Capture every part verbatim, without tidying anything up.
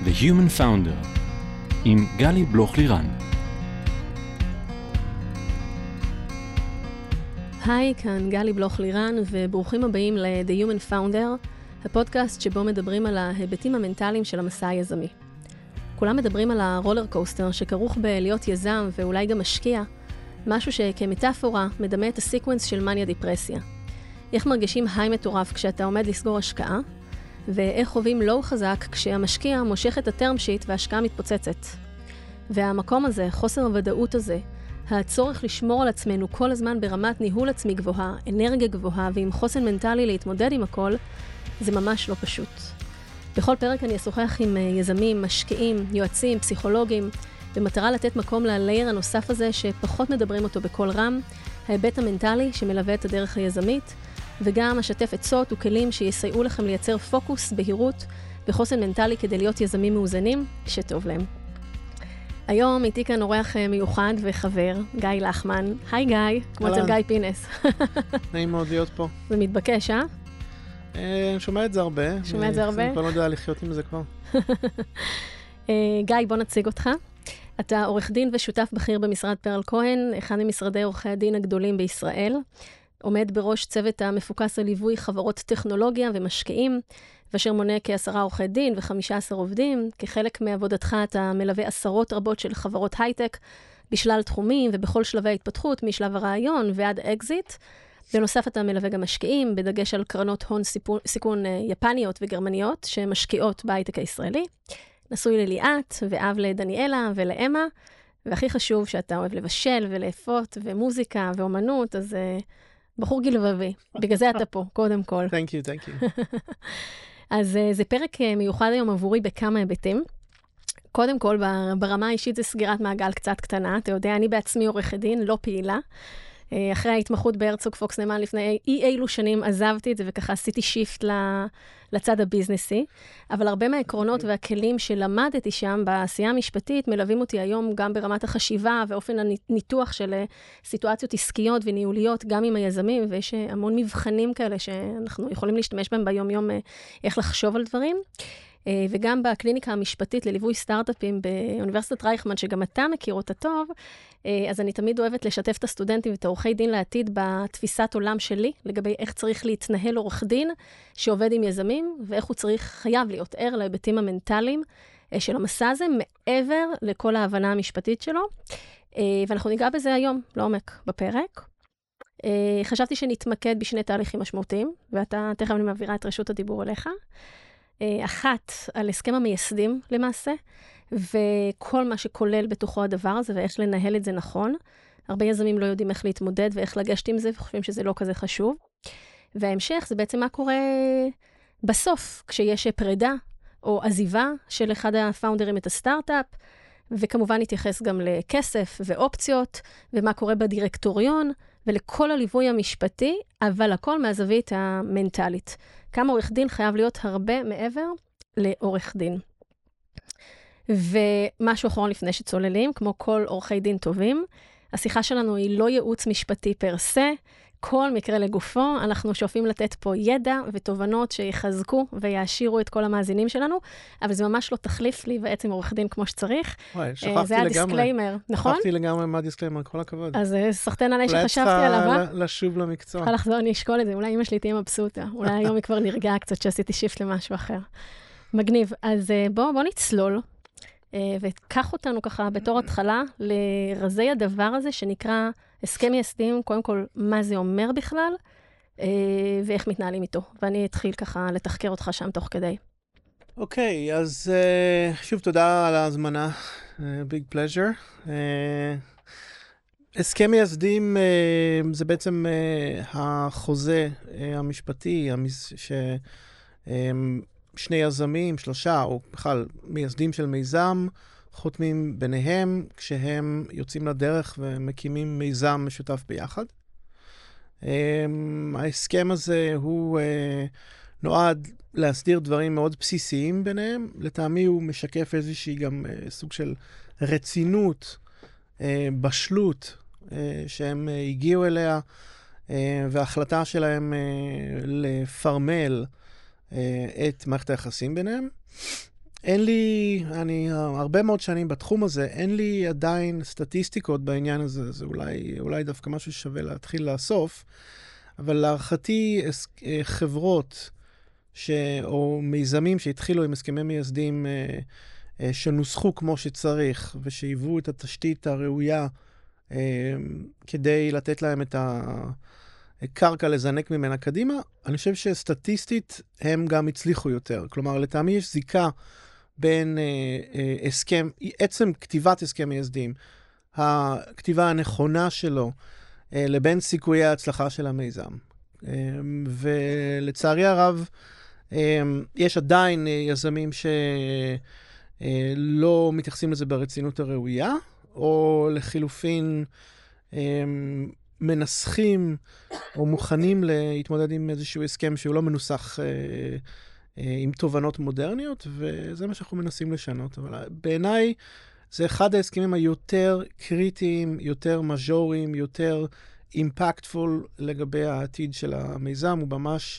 The Human Founder עם גלי בלוך-לירן. היי, כאן גלי בלוך-לירן וברוכים הבאים ל-The Human Founder, הפודקאסט שבו מדברים על ההיבטים המנטליים של המסע היזמי. כולם מדברים על הרולר קוסטר שכרוך בלהיות יזם ואולי גם משקיע, משהו שכמטאפורה מדמה את הסיקוונס של מניה דיפרסיה. איך מרגישים היי מטורף כשאתה עומד לסגור השקעה, ואיך חווים לואו חזק כשהמשקיע מושך את הטרם שיט וההשקעה מתפוצצת. והמקום הזה, חוסר הוודאות הזה, הצורך לשמור על עצמנו כל הזמן ברמת ניהול עצמי גבוהה, אנרגיה גבוהה ועם חוסן מנטלי להתמודד עם הכל, זה ממש לא פשוט. בכל פרק אני אשוחח עם יזמים, משקיעים, יועצים, פסיכולוגים, במטרה לתת מקום ללייר הנוסף הזה שפחות מדברים אותו בכל רם, ההיבט המנטלי שמלווה את הדרך היזמית, וגם אשתף עצות וכלים שיסייעו לכם לייצר פוקוס, בהירות וחוסן מנטלי כדי להיות יזמים מאוזנים שטוב להם. היום איתי כאן אורח מיוחד וחבר, גיא לחמן. היי גיא, כמו אצל גיא פינס. נעים מאוד להיות פה. זה מתבקש, אה? אני שומע את זה הרבה. שומע את זה הרבה? אני כבר לא יודע לחיות עם זה כבר. גיא, בוא נציג אותך. אתה עורך דין ושותף בכיר במשרד פרל כהן, אחד ממשרדי עורכי הדין הגדולים בישראל. עומד בראש צוות המפוקס על ליווי חברות טכנולוגיה ומשקיעים, ואשר מונה כעשרה עורכי דין וחמישה עשר עובדים. כחלק מעבודתך אתה מלווה עשרות רבות של חברות הייטק בשלל תחומים ובכל שלבי ההתפתחות, משלב הרעיון ועד אקזיט. בנוסף אתה מלווה גם משקיעים, בדגש על קרנות הון סיכון יפניות וגרמניות שמשקיעות בהייטק הישראלי. נשוי לליאת ואב לדניאלה ולאמה, והכי חשוב שאתה אוהב לבשל ולאפות ומוזיקה ואומנות, אז בחור גלבבי. בגלל זה אתה פה, קודם כל. Thank you, thank you. אז זה פרק מיוחד היום עבורי בכמה היבטים. קודם כל, ברמה האישית זה סגירת מעגל קצת קטנה. אתה יודע, אני בעצמי עורכת דין, לא פעילה. אחרי ההתמחות בהרצוג פוקס נאמן לפני אי אילו שנים עזבתי את זה, וככה עשיתי שיפט לצד הביזנסי. אבל הרבה מהעקרונות והכלים שלמדתי שם בעשייה המשפטית, מלווים אותי היום גם ברמת החשיבה ואופן הניתוח של סיטואציות עסקיות וניהוליות, גם עם היזמים, ויש המון מבחנים כאלה שאנחנו יכולים להשתמש בהם ביום-יום, איך לחשוב על דברים. וגם בקליניקה המשפטית לליווי סטארט-אפים באוניברסיטת רייכמן, שגם אתה מכיר אותה טוב, אז אני תמיד אוהבת לשתף את הסטודנטים ואת העורכי דין לעתיד בתפיסת עולם שלי, לגבי איך צריך להתנהל עורך דין שעובד עם יזמים, ואיך הוא צריך, חייב להיות ער להיבטים המנטליים של המסע הזה, מעבר לכל ההבנה המשפטית שלו. ואנחנו ניגע בזה היום, לעומק, בפרק. חשבתי שנתמקד בשני תהליכים משמעותיים, ואתה תכף אני מעבירה את רשות הדיבור אליך. אחת, על הסכם המייסדים למעשה, וכל מה שכולל בתוכו הדבר הזה, ואיך לנהל את זה נכון. הרבה יזמים לא יודעים איך להתמודד ואיך לגשת עם זה, וחושבים שזה לא כזה חשוב. וההמשך זה בעצם מה קורה בסוף, כשיש פרידה או עזיבה של אחד הפאונדרים את הסטארט-אפ, וכמובן נתייחס גם לכסף ואופציות, ומה קורה בדירקטוריון, ולכל הליווי המשפטי, אבל הכל מהזווית המנטלית. כמה עורך דין חייב להיות הרבה מעבר לעורך דין. ומשהו אחרון לפני שצוללים, כמו כל עורכי דין טובים, השיחה שלנו היא לא ייעוץ משפטי פר סה, כל מקרה לגופו, אנחנו שואפים לתת פה ידע ותובנות שיחזקו ויעשירו את כל המאזינים שלנו, אבל זה ממש לא תחליף לי בעצם עורך דין כמו שצריך. וואי, שכחתי זה היה דיסקליימר, נכון? שכחתי לגמרי מה דיסקליימר, כל הכבוד. אז סחטן עליי שחשבתי עליו. אולי צריכה לשוב למקצוע. צריכה לחזור, אני אשקול את זה, אולי אמא שלי תהיה מבסוטה, אולי היום היא כבר נרגעה קצת שעשיתי שיפט למשהו אחר. מגניב. אז בוא, בוא נצלול, וקח אותנו ככה בתור התחלה לרזי הדבר הזה שנקרא הסכם מייסדים, קודם כל מה זה אומר בכלל, ואיך מתנהלים איתו. ואני אתחיל ככה לתחקר אותך שם תוך כדי. אוקיי, אז שוב תודה על ההזמנה, big pleasure. הסכם מייסדים זה בעצם החוזה המשפטי, ששני יזמים, שלושה, או בכלל מייסדים של מיזם, חותמים ביניהם כשהם יוצאים לדרך ומקימים מיזם משותף ביחד. ההסכם הזה הוא נועד להסדיר דברים מאוד בסיסיים ביניהם. לטעמי הוא משקף איזושהי גם סוג של רצינות, בשלות שהם הגיעו אליה, וההחלטה שלהם לפרמל את מערכת היחסים ביניהם. אין לי, אני הרבה מאוד שנים בתחום הזה, אין לי עדיין סטטיסטיקות בעניין הזה, זה אולי, אולי דווקא משהו ששווה להתחיל לאסוף, אבל להערכתי חברות ש... או מיזמים שהתחילו עם הסכמי מייסדים אה, אה, שנוסחו כמו שצריך, ושהיוו את התשתית הראויה אה, כדי לתת להם את הקרקע לזנק ממנה קדימה, אני חושב שסטטיסטית הם גם הצליחו יותר. כלומר, לטעמי יש זיקה בין אה, אה, הסכם, עצם כתיבת הסכם מייסדים, הכתיבה הנכונה שלו, אה, לבין סיכויי ההצלחה של המיזם. אה, ולצערי הרב, יש עדיין יזמים שלא מתייחסים לזה ברצינות הראויה, או לחילופין מנסחים או מוכנים להתמודד עם איזשהו הסכם שהוא לא מנוסח עם תובנות מודרניות, וזה מה שאנחנו מנסים לשנות. אבל בעיניי זה אחד ההסכמים היותר קריטיים, יותר מז'וריים, יותר אימפקטפול לגבי העתיד של המיזם, הוא ממש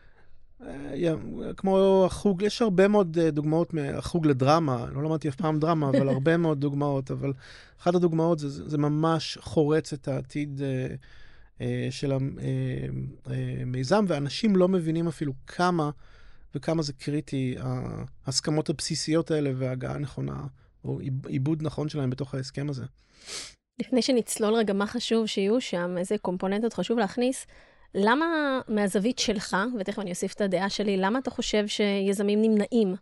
כמו החוג, יש הרבה מאוד דוגמאות מהחוג לדרמה, לא למדתי אף פעם דרמה, אבל הרבה מאוד דוגמאות, אבל אחת הדוגמאות זה, זה ממש חורץ את העתיד של המיזם, ואנשים לא מבינים אפילו כמה וכמה זה קריטי, ההסכמות הבסיסיות האלה וההגעה נכונה, או עיבוד נכון שלהם בתוך ההסכם הזה. לפני שנצלול רגע מה חשוב שיהיו שם, איזה קומפוננטות חשוב להכניס, למה מהזווית שלך, ותכף אני אוסיף את הדעה שלי, למה אתה חושב שיזמים נמנעים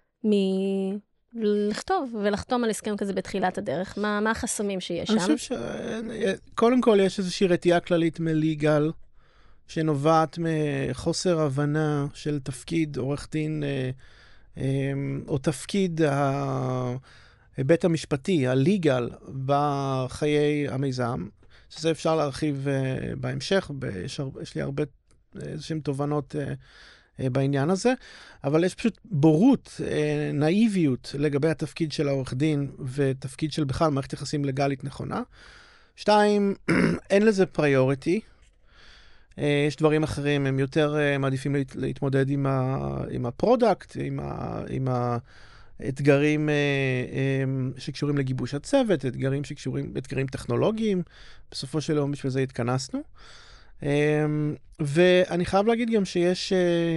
מלכתוב ולחתום על הסכם כזה בתחילת הדרך? מה, מה החסמים שיש שם? אני חושב שקודם כל יש איזושהי רתיעה כללית מליגל, שנובעת מחוסר הבנה של תפקיד עורך דין, או תפקיד ההיבט המשפטי, הליגל, בחיי המיזם. שזה אפשר להרחיב uh, בהמשך, יש, הר... יש לי הרבה איזושהי תובנות uh, uh, בעניין הזה, אבל יש פשוט בורות, uh, נאיביות לגבי התפקיד של העורך דין, ותפקיד של בכלל מערכת יחסים לגלית נכונה. שתיים, אין לזה פריוריטי, uh, יש דברים אחרים, הם יותר uh, מעדיפים להת... להתמודד עם, ה... עם הפרודקט, עם ה... עם ה... אתגרים אה, אה, שקשורים לגיבוש הצוות, אתגרים שקשורים, אתגרים טכנולוגיים, בסופו של יום בשביל זה התכנסנו. אה, ואני חייב להגיד גם שיש אה,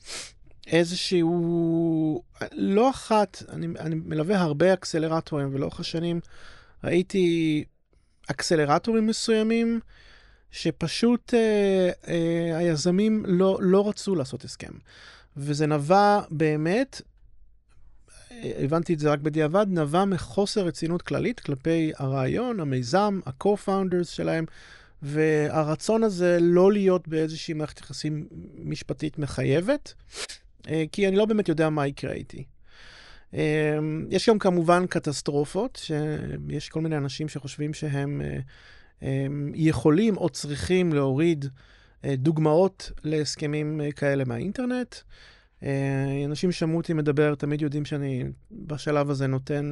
איזשהו, לא אחת, אני, אני מלווה הרבה אקסלרטורים, ולאורך השנים ראיתי אקסלרטורים מסוימים, שפשוט אה, אה, היזמים לא, לא רצו לעשות הסכם. וזה נבע באמת, הבנתי את זה רק בדיעבד, נבע מחוסר רצינות כללית כלפי הרעיון, המיזם, ה-co-founders שלהם, והרצון הזה לא להיות באיזושהי מערכת יחסים משפטית מחייבת, כי אני לא באמת יודע מה יקרה איתי. יש גם כמובן קטסטרופות, שיש כל מיני אנשים שחושבים שהם יכולים או צריכים להוריד דוגמאות להסכמים כאלה מהאינטרנט. אנשים שמעו אותי מדבר, תמיד יודעים שאני בשלב הזה נותן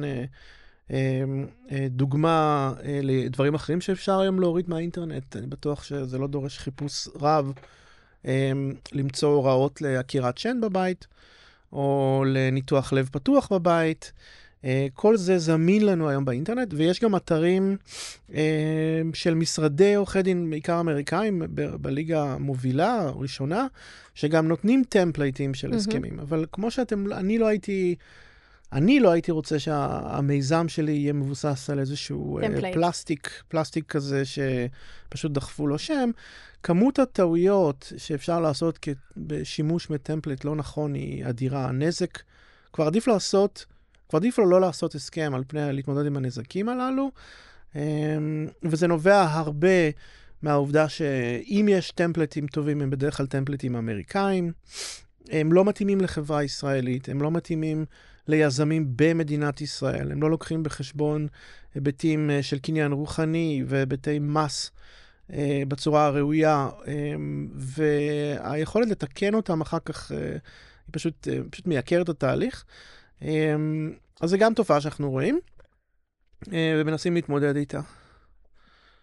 דוגמה לדברים אחרים שאפשר היום להוריד מהאינטרנט. אני בטוח שזה לא דורש חיפוש רב למצוא הוראות להכירת שן בבית, או לניתוח לב פתוח בבית. כל זה זמין לנו היום באינטרנט, ויש גם אתרים של משרדי עורכי דין, בעיקר אמריקאים, בליגה המובילה, הראשונה, שגם נותנים טמפלייטים של הסכמים. אבל כמו שאתם, אני לא הייתי, אני לא הייתי רוצה שהמיזם שלי יהיה מבוסס על איזשהו פלסטיק, פלסטיק כזה שפשוט דחפו לו שם. כמות הטעויות שאפשר לעשות בשימוש מטמפלייט לא נכון היא אדירה. הנזק, כבר עדיף לעשות, כבר עדיף לו לא לעשות הסכם על פני להתמודד עם הנזקים הללו, וזה נובע הרבה מהעובדה שאם יש טמפלטים טובים, הם בדרך כלל טמפלטים אמריקאים, הם לא מתאימים לחברה ישראלית, הם לא מתאימים ליזמים במדינת ישראל, הם לא לוקחים בחשבון היבטים של קניין רוחני והיבטי מס בצורה הראויה, והיכולת לתקן אותם אחר כך היא פשוט, פשוט מייקר את התהליך. אז זה גם תופעה שאנחנו רואים, ומנסים להתמודד איתה.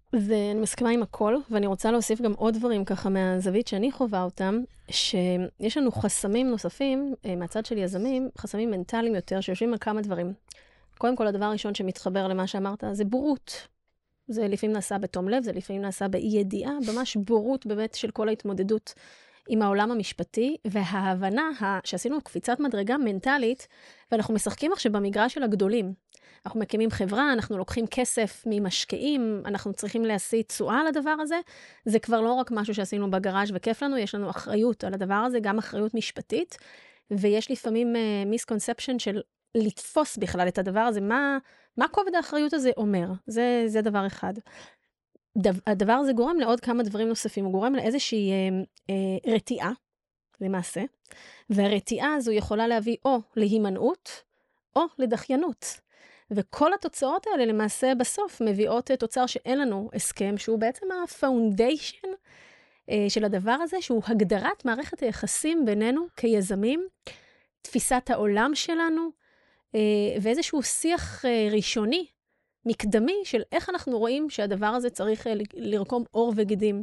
ואני מסכימה עם הכל, ואני רוצה להוסיף גם עוד דברים ככה מהזווית שאני חווה אותם, שיש לנו חסמים נוספים, מהצד של יזמים, חסמים מנטליים יותר, שיושבים על כמה דברים. קודם כל, הדבר הראשון שמתחבר למה שאמרת, זה בורות. זה לפעמים נעשה בתום לב, זה לפעמים נעשה באי ידיעה, ממש בורות באמת של כל ההתמודדות עם העולם המשפטי, וההבנה שעשינו קפיצת מדרגה מנטלית, ואנחנו משחקים עכשיו במגרש של הגדולים. אנחנו מקימים חברה, אנחנו לוקחים כסף ממשקיעים, אנחנו צריכים להשיא תשואה על הדבר הזה. זה כבר לא רק משהו שעשינו בגראז' וכיף לנו, יש לנו אחריות על הדבר הזה, גם אחריות משפטית, ויש לפעמים מיסקונספשן uh, של לתפוס בכלל את הדבר הזה, מה, מה כובד האחריות הזה אומר? זה, זה דבר אחד. דו, הדבר הזה גורם לעוד כמה דברים נוספים, הוא גורם לאיזושהי אה, אה, רתיעה, למעשה, והרתיעה הזו יכולה להביא או להימנעות, או לדחיינות. וכל התוצאות האלה למעשה בסוף מביאות תוצר שאין לנו הסכם, שהוא בעצם הפאונדיישן אה, של הדבר הזה, שהוא הגדרת מערכת היחסים בינינו כיזמים, תפיסת העולם שלנו, אה, ואיזשהו שיח אה, ראשוני, מקדמי של איך אנחנו רואים שהדבר הזה צריך לרקום אור וגידים.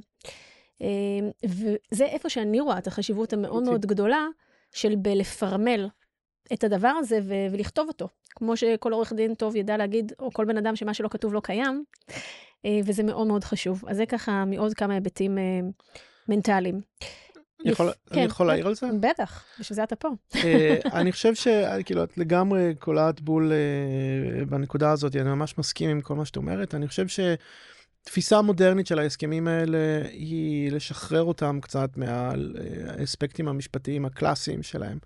וזה איפה שאני רואה את החשיבות המאוד מאוד גדולה של בלפרמל את הדבר הזה ולכתוב אותו. כמו שכל עורך דין טוב ידע להגיד, או כל בן אדם שמה שלא כתוב לא קיים, וזה מאוד מאוד חשוב. אז זה ככה מעוד כמה היבטים מנטליים. אני יכול להעיר על זה? בטח, בשביל זה אתה פה. אני חושב שכאילו, את לגמרי קולעת בול בנקודה הזאת, אני ממש מסכים עם כל מה שאת אומרת. אני חושב שתפיסה מודרנית של ההסכמים האלה היא לשחרר אותם קצת מהאספקטים המשפטיים הקלאסיים שלהם.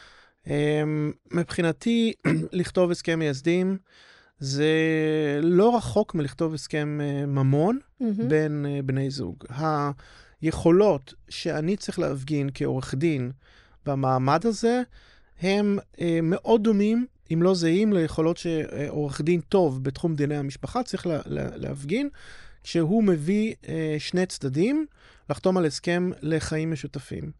מבחינתי, לכתוב הסכם מייסדים, זה לא רחוק מלכתוב הסכם ממון בין בני זוג. היכולות שאני צריך להפגין כעורך דין במעמד הזה, הם מאוד דומים, אם לא זהים, ליכולות שעורך דין טוב בתחום דיני המשפחה צריך להפגין, שהוא מביא שני צדדים לחתום על הסכם לחיים משותפים.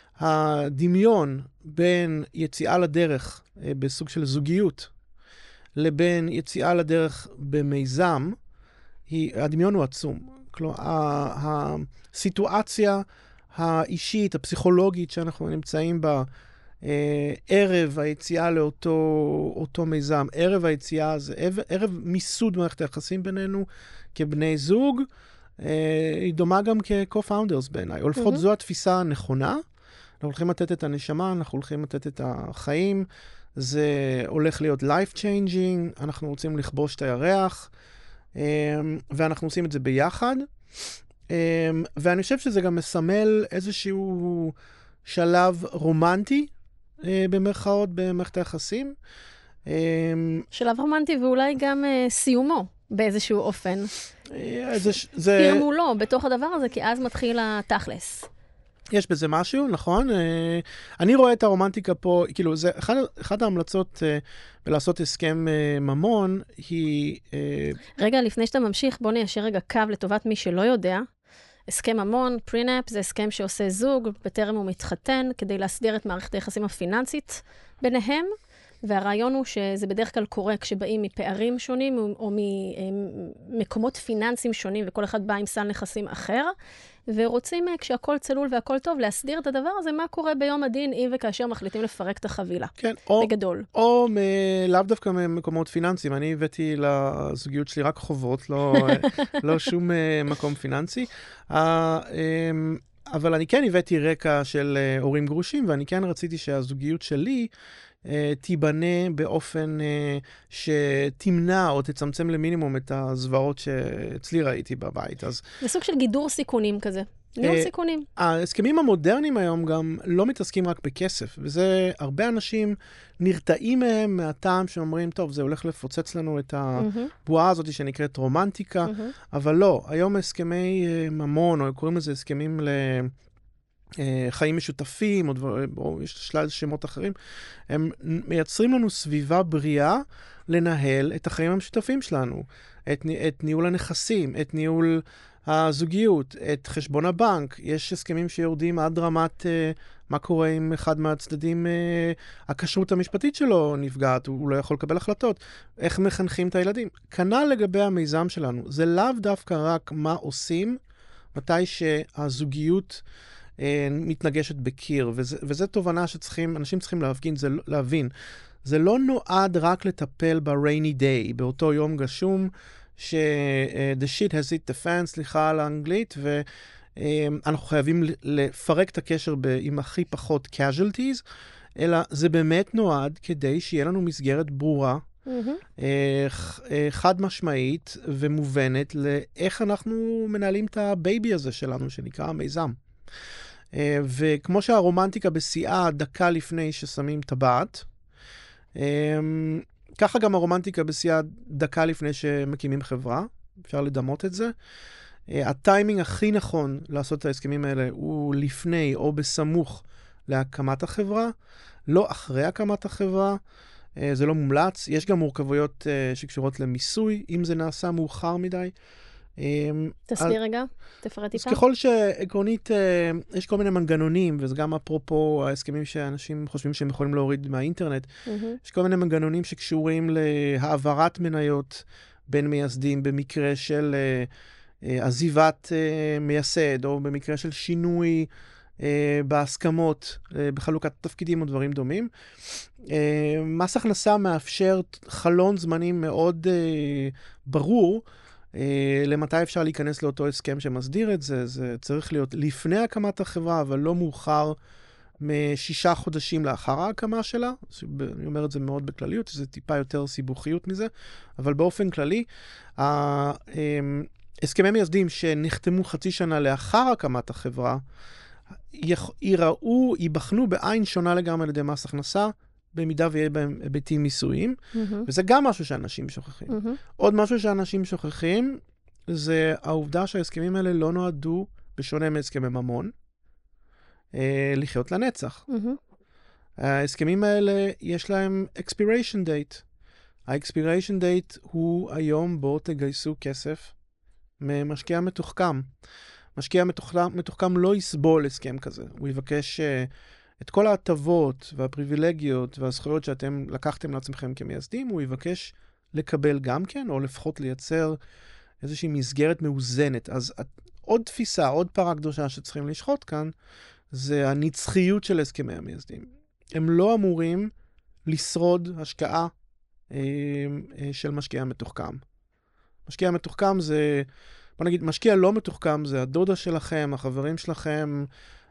הדמיון בין יציאה לדרך בסוג של זוגיות, לבין יציאה לדרך במיזם, היא, הדמיון הוא עצום. כלומר, הסיטואציה האישית, הפסיכולוגית שאנחנו נמצאים בה, ערב היציאה לאותו אותו מיזם, ערב היציאה הזה, ערב, ערב מיסוד מערכת היחסים בינינו כבני זוג, היא דומה גם כ-co-founders בעיניי, או לפחות mm-hmm. זו התפיסה הנכונה. אנחנו הולכים לתת את הנשמה, אנחנו הולכים לתת את החיים, זה הולך להיות life changing, אנחנו רוצים לכבוש את הירח, ואנחנו עושים את זה ביחד, ואני חושב שזה גם מסמל איזשהו שלב רומנטי, במרכאות, במערכת היחסים. שלב רומנטי ואולי גם סיומו באיזשהו אופן. זה... תרמו לו בתוך הדבר הזה, כי אז מתחיל התכלס. יש בזה משהו, נכון? אני רואה את הרומנטיקה פה, כאילו, זה אחד, אחד ההמלצות בלעשות הסכם ממון, היא... רגע, לפני שאתה ממשיך, בוא ניישר רגע קו לטובת מי שלא יודע. הסכם ממון, פרינאפ, זה הסכם שעושה זוג, בטרם הוא מתחתן, כדי להסדיר את מערכת היחסים הפיננסית ביניהם, והרעיון הוא שזה בדרך כלל קורה כשבאים מפערים שונים, או ממקומות פיננסיים שונים, וכל אחד בא עם סל נכסים אחר, ורוצים, כשהכל צלול והכל טוב, להסדיר את הדבר הזה, מה קורה ביום הדין, אם וכאשר מחליטים לפרק את החבילה. כן, או, בגדול. או מ, לאו דווקא ממקומות פיננסיים. אני הבאתי לזוגיות שלי רק חובות, לא, לא שום מקום פיננסי. אבל אני כן הבאתי רקע של הורים גרושים, ואני כן רציתי שהזוגיות שלי תיבנה באופן שתמנע או תצמצם למינימום את הזוועות שאצלי ראיתי בבית. אז זה סוג של גידור סיכונים כזה. ניהול סיכונים. ההסכמים המודרניים היום גם לא מתעסקים רק בכסף, וזה הרבה אנשים נרתעים מהם מהטעם שאומרים, טוב, זה הולך לפוצץ לנו את הבועה הזאת שנקראת רומנטיקה, אבל לא, היום הסכמי ממון, או קוראים לזה הסכמים ל... חיים משותפים, או, דבר, או יש שלל שמות אחרים, הם מייצרים לנו סביבה בריאה לנהל את החיים המשותפים שלנו, את, את ניהול הנכסים, את ניהול הזוגיות, את חשבון הבנק. יש הסכמים שיורדים עד רמת אה, מה קורה עם אחד מהצדדים, אה, הכשרות המשפטית שלו נפגעת, הוא, הוא לא יכול לקבל החלטות. איך מחנכים את הילדים. כנ"ל לגבי המיזם שלנו. זה לאו דווקא רק מה עושים, מתי שהזוגיות אה, מתנגשת בקיר, וזה, וזה תובנה שצריכים, אנשים צריכים להבין, זה, להבין. זה לא נועד רק לטפל ב-rainy day, באותו יום גשום, ש- uh, the shit has hit the fan, סליחה על האנגלית, ואנחנו חייבים לפרק את הקשר ב- עם הכי פחות casualties, אלא זה באמת נועד כדי שיהיה לנו מסגרת ברורה, mm-hmm. uh, uh, חד משמעית ומובנת לאיך אנחנו מנהלים את הבייבי הזה שלנו, שנקרא המיזם. Uh, וכמו שהרומנטיקה בשיאה דקה לפני ששמים טבעת, um, ככה גם הרומנטיקה בשיאה דקה לפני שמקימים חברה, אפשר לדמות את זה. Uh, הטיימינג הכי נכון לעשות את ההסכמים האלה הוא לפני או בסמוך להקמת החברה, לא אחרי הקמת החברה, uh, זה לא מומלץ. יש גם מורכבויות uh, שקשורות למיסוי, אם זה נעשה מאוחר מדי. תסביר רגע, תפרט איתה. אז ככל שעקרונית יש כל מיני מנגנונים, וזה גם אפרופו ההסכמים שאנשים חושבים שהם יכולים להוריד מהאינטרנט, יש כל מיני מנגנונים שקשורים להעברת מניות בין מייסדים במקרה של עזיבת מייסד, או במקרה של שינוי בהסכמות, בחלוקת תפקידים או דברים דומים. מס הכנסה מאפשר חלון זמנים מאוד ברור, למתי אפשר להיכנס לאותו הסכם שמסדיר את זה. זה צריך להיות לפני הקמת החברה, אבל לא מאוחר משישה חודשים לאחר ההקמה שלה. אני אומר את זה מאוד בכלליות, זה טיפה יותר סיבוכיות מזה, אבל באופן כללי, הסכמי מייסדים שנחתמו חצי שנה לאחר הקמת החברה, ייראו, ייבחנו בעין שונה לגמרי על ידי מס הכנסה, במידה ויהיה בהם היבטים מיסויים, mm-hmm. וזה גם משהו שאנשים שוכחים. Mm-hmm. עוד משהו שאנשים שוכחים, זה העובדה שההסכמים האלה לא נועדו, בשונה מהסכמי ממון, אה, לחיות לנצח. Mm-hmm. ההסכמים האלה, יש להם expiration date. ה-expiration date הוא היום בו תגייסו כסף ממשקיע מתוחכם. משקיע מתוחכם, מתוחכם לא יסבול הסכם כזה. הוא יבקש uh, את כל ההטבות והפריבילגיות והזכויות שאתם לקחתם לעצמכם כמייסדים, הוא יבקש לקבל גם כן, או לפחות לייצר איזושהי מסגרת מאוזנת. אז עוד תפיסה, עוד פרה קדושה שצריכים לשחוט כאן, זה הנצחיות של הסכמי המייסדים. הם לא אמורים לשרוד השקעה אה, אה, של משקיע מתוחכם. משקיע מתוחכם זה, בוא נגיד, משקיע לא מתוחכם זה הדודה שלכם, החברים שלכם,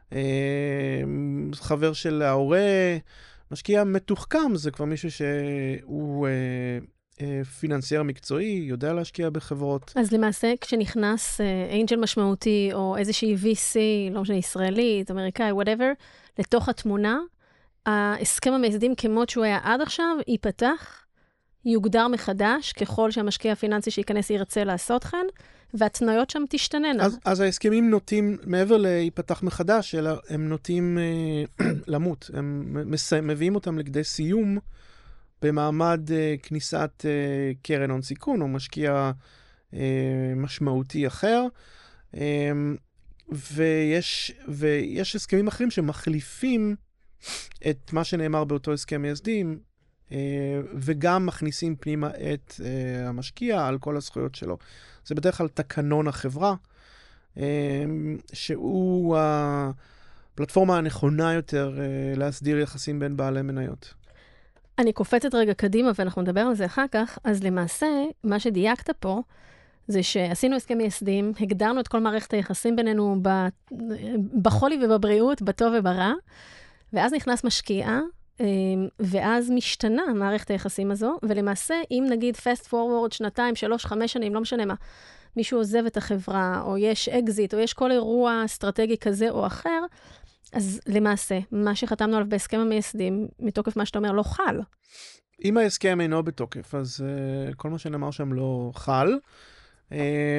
חבר של ההורה. משקיע מתוחכם זה כבר מישהו שהוא פיננסייר מקצועי, יודע להשקיע בחברות. אז למעשה כשנכנס אנג'ל משמעותי או איזושהי וי סי, לא משנה, ישראלית, אמריקאי, whatever, לתוך התמונה, ההסכם המייסדים כמות שהוא היה עד עכשיו ייפתח, יוגדר מחדש ככל שהמשקיע הפיננסי שייכנס ירצה לעשות כן, והתנויות שם תשתננה. אז, אז ההסכמים נוטים, מעבר להיפתח מחדש, אלא הם נוטים אה, למות. הם מסי, מביאים אותם לכדי סיום במעמד אה, כניסת אה, קרן הון סיכון, או משקיע אה, משמעותי אחר. אה, ויש, ויש הסכמים אחרים שמחליפים את מה שנאמר באותו הסכם מייסדים, Uh, וגם מכניסים פנימה את uh, המשקיע על כל הזכויות שלו. זה בדרך כלל תקנון החברה, uh, שהוא הפלטפורמה הנכונה יותר uh, להסדיר יחסים בין בעלי מניות. אני קופצת רגע קדימה ואנחנו נדבר על זה אחר כך. אז למעשה, מה שדייקת פה, זה שעשינו הסכם מייסדים, הגדרנו את כל מערכת היחסים בינינו בחולי ובבריאות, בטוב וברע, ואז נכנס משקיע, ואז משתנה מערכת היחסים הזו, ולמעשה, אם נגיד fast forward שנתיים, שלוש, חמש שנים, לא משנה מה, מישהו עוזב את החברה, או יש אקזיט, או יש כל אירוע אסטרטגי כזה או אחר, אז למעשה, מה שחתמנו עליו בהסכם המייסדים, מתוקף מה שאתה אומר, לא חל. אם ההסכם אינו בתוקף, אז uh, כל מה שנאמר שם לא חל. Um,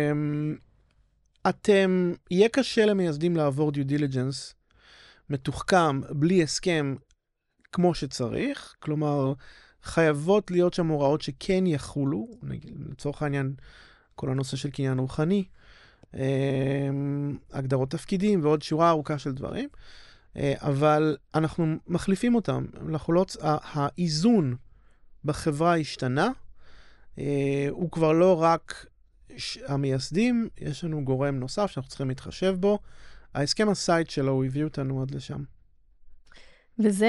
אתם, יהיה קשה למייסדים לעבור due diligence מתוחכם, בלי הסכם, כמו שצריך, כלומר, חייבות להיות שם הוראות שכן יחולו, לצורך העניין, כל הנושא של קניין רוחני, הגדרות תפקידים ועוד שורה ארוכה של דברים, אבל אנחנו מחליפים אותם. אנחנו לא, האיזון בחברה השתנה, הוא כבר לא רק המייסדים, יש לנו גורם נוסף שאנחנו צריכים להתחשב בו. ההסכם הסייט שלו, הוא הביא אותנו עד לשם. וזה,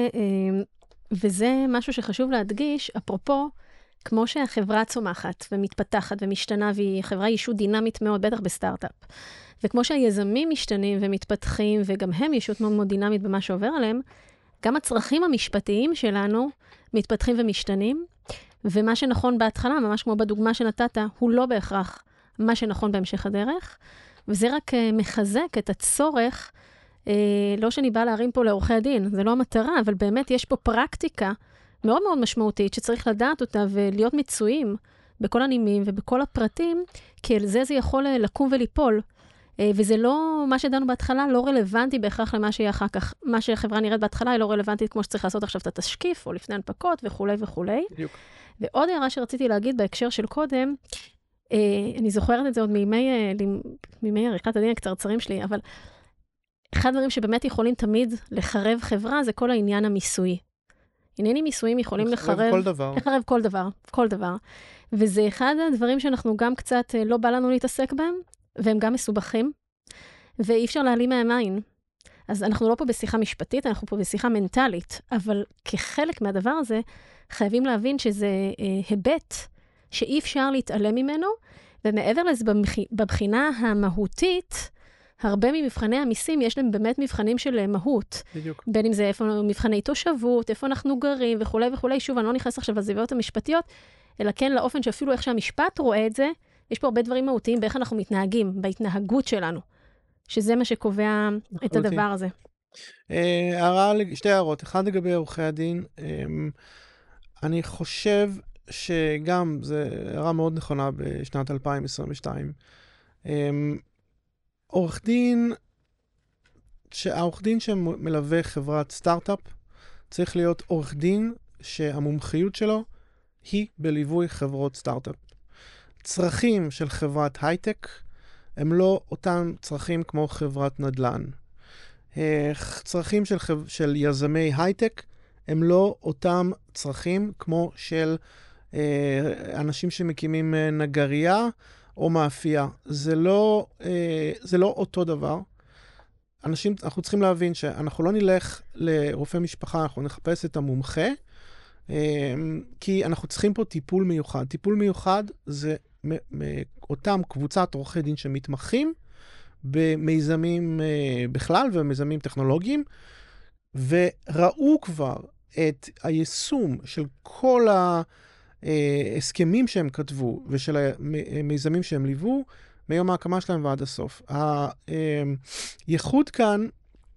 וזה משהו שחשוב להדגיש, אפרופו, כמו שהחברה צומחת ומתפתחת ומשתנה, והיא חברה ישות דינמית מאוד, בטח בסטארט-אפ. וכמו שהיזמים משתנים ומתפתחים, וגם הם ישות מאוד מאוד דינמית במה שעובר עליהם, גם הצרכים המשפטיים שלנו מתפתחים ומשתנים, ומה שנכון בהתחלה, ממש כמו בדוגמה שנתת, הוא לא בהכרח מה שנכון בהמשך הדרך, וזה רק מחזק את הצורך, לא שאני באה להרים פה לעורכי הדין, זה לא המטרה, אבל באמת יש פה פרקטיקה מאוד מאוד משמעותית, שצריך לדעת אותה ולהיות מצויים בכל הנימים ובכל הפרטים, כי על זה זה יכול לקום וליפול. וזה לא, מה שדענו בהתחלה, לא רלוונטי בהכרח למה שיהיה אחר כך. מה שהחברה נראית בהתחלה, היא לא רלוונטית כמו שצריך לעשות עכשיו את התשקיף, או לפני הנפקות וכו' וכו'. בדיוק. ועוד הערה שרציתי להגיד בהקשר של קודם, אני זוכרת את זה עוד מימי, מימי עריכת הדין הקצרצרים שלי, אבל אחד הדברים שבאמת יכולים תמיד לחרב חברה, זה כל העניין המיסוי. עניינים מיסויים יכולים לחרב... לחרב כל דבר. לחרב כל דבר, כל דבר. וזה אחד הדברים שאנחנו גם קצת לא בא לנו להתעסק בהם, והם גם מסובכים, ואי אפשר להעלים מהם עין. אז אנחנו לא פה בשיחה משפטית, אנחנו פה בשיחה מנטלית, אבל כחלק מהדבר הזה, חייבים להבין שזה אה, היבט שאי אפשר להתעלם ממנו, ומעבר לזה, בבחינה המהותית, הרבה ממבחני המיסים, יש להם באמת מבחנים של מהות. בדיוק. בין אם זה איפה מבחני תושבות, איפה אנחנו גרים וכו' וכו'. שוב, אני לא נכנס עכשיו לזוויות המשפטיות, אלא כן לאופן שאפילו איך שהמשפט רואה את זה, יש פה הרבה דברים מהותיים באיך אנחנו מתנהגים, בהתנהגות שלנו, שזה מה שקובע את הדבר הזה. הערה, שתי הערות. אחד לגבי עורכי הדין, אני חושב שגם, זו הערה מאוד נכונה בשנת אלפיים עשרים ושתיים, עורך דין, שהעורך דין שמלווה חברת סטארט-אפ, צריך להיות עורך דין שהמומחיות שלו היא בליווי חברות סטארט-אפ. צרכים של חברת הייטק הם לא אותם צרכים כמו חברת נדל"ן. צרכים של, חב... של יזמי הייטק הם לא אותם צרכים כמו של אה, אנשים שמקימים נגריה או מאפייה. זה לא, אה, זה לא אותו דבר. אנשים, אנחנו צריכים להבין שאנחנו לא נלך לרופא משפחה, אנחנו נחפש את המומחה, אה, כי אנחנו צריכים פה טיפול מיוחד. טיפול מיוחד זה מאותם קבוצת עורכי דין שמתמחים במיזמים בכלל ומיזמים טכנולוגיים, וראו כבר את היישום של כל ההסכמים שהם כתבו ושל המיזמים שהם ליוו מיום ההקמה שלהם ועד הסוף. הייחוד כאן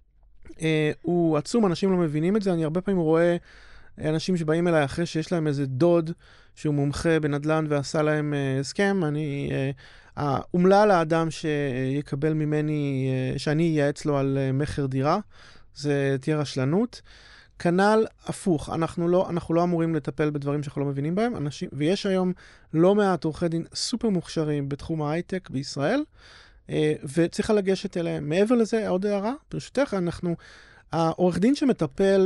הוא עצום, אנשים לא מבינים את זה. אני הרבה פעמים רואה אנשים שבאים אליי אחרי שיש להם איזה דוד שהוא מומחה בנדל"ן ועשה להם uh, הסכם. אני, uh, אומלל האדם שיקבל ממני, uh, שאני ייעץ לו על uh, מחר דירה, זה תהיה רשלנות. כנ"ל הפוך, אנחנו לא, אנחנו לא אמורים לטפל בדברים שאנחנו לא מבינים בהם, אנשים, ויש היום לא מעט עורכי דין סופר מוכשרים בתחום ההייטק בישראל, uh, וצריכה לגשת אליהם. מעבר לזה, עוד הערה, ברשותך, אנחנו, העורך דין שמטפל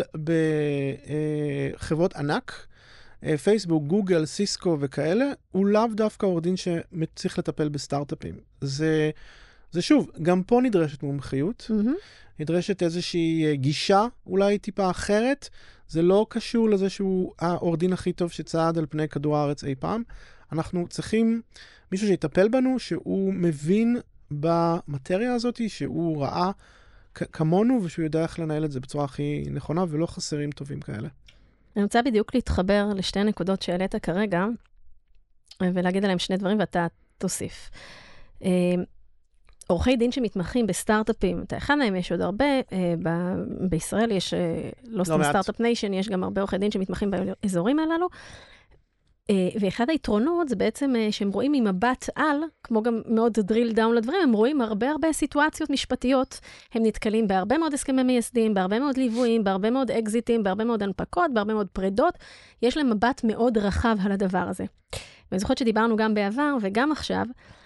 בחברות ענק, פייסבוק, גוגל, סיסקו וכאלה, הוא לאו דווקא עורך דין שצריך לטפל בסטארט-אפים. זה, זה שוב, גם פה נדרשת מומחיות, mm-hmm. נדרשת איזושהי גישה, אולי טיפה אחרת. זה לא קשור לזה שהוא העורך דין הכי טוב שצעד על פני כדור הארץ אי פעם. אנחנו צריכים מישהו שיטפל בנו, שהוא מבין במטריה הזאת, שהוא ראה כמונו, ושהוא יודע איך לנהל את זה בצורה הכי נכונה, ולא חסרים טובים כאלה. אני רוצה בדיוק להתחבר לשתי נקודות שהעלית כרגע, ולהגיד עליהם שני דברים, ואתה תוסיף. עורכי דין שמתמחים בסטארט-אפים, אתה אחד מהם, יש עוד הרבה, ב- בישראל יש, לא סתם סטארט-אפ ניישן, יש גם הרבה עורכי דין שמתמחים באזורים הללו, ואחד היתרונות זה בעצם שהם רואים ממבט על, כמו גם מאוד drill down לדברים, הם רואים הרבה הרבה סיטואציות משפטיות, הם נתקלים בהרבה מאוד הסכמי מייסדים, בהרבה מאוד ליוויים, בהרבה מאוד אקזיטים, בהרבה מאוד הנפקות, בהרבה מאוד פרדות, יש להם מבט מאוד רחב על הדבר הזה. ואני זוכרת שדיברנו גם בעבר וגם עכשיו,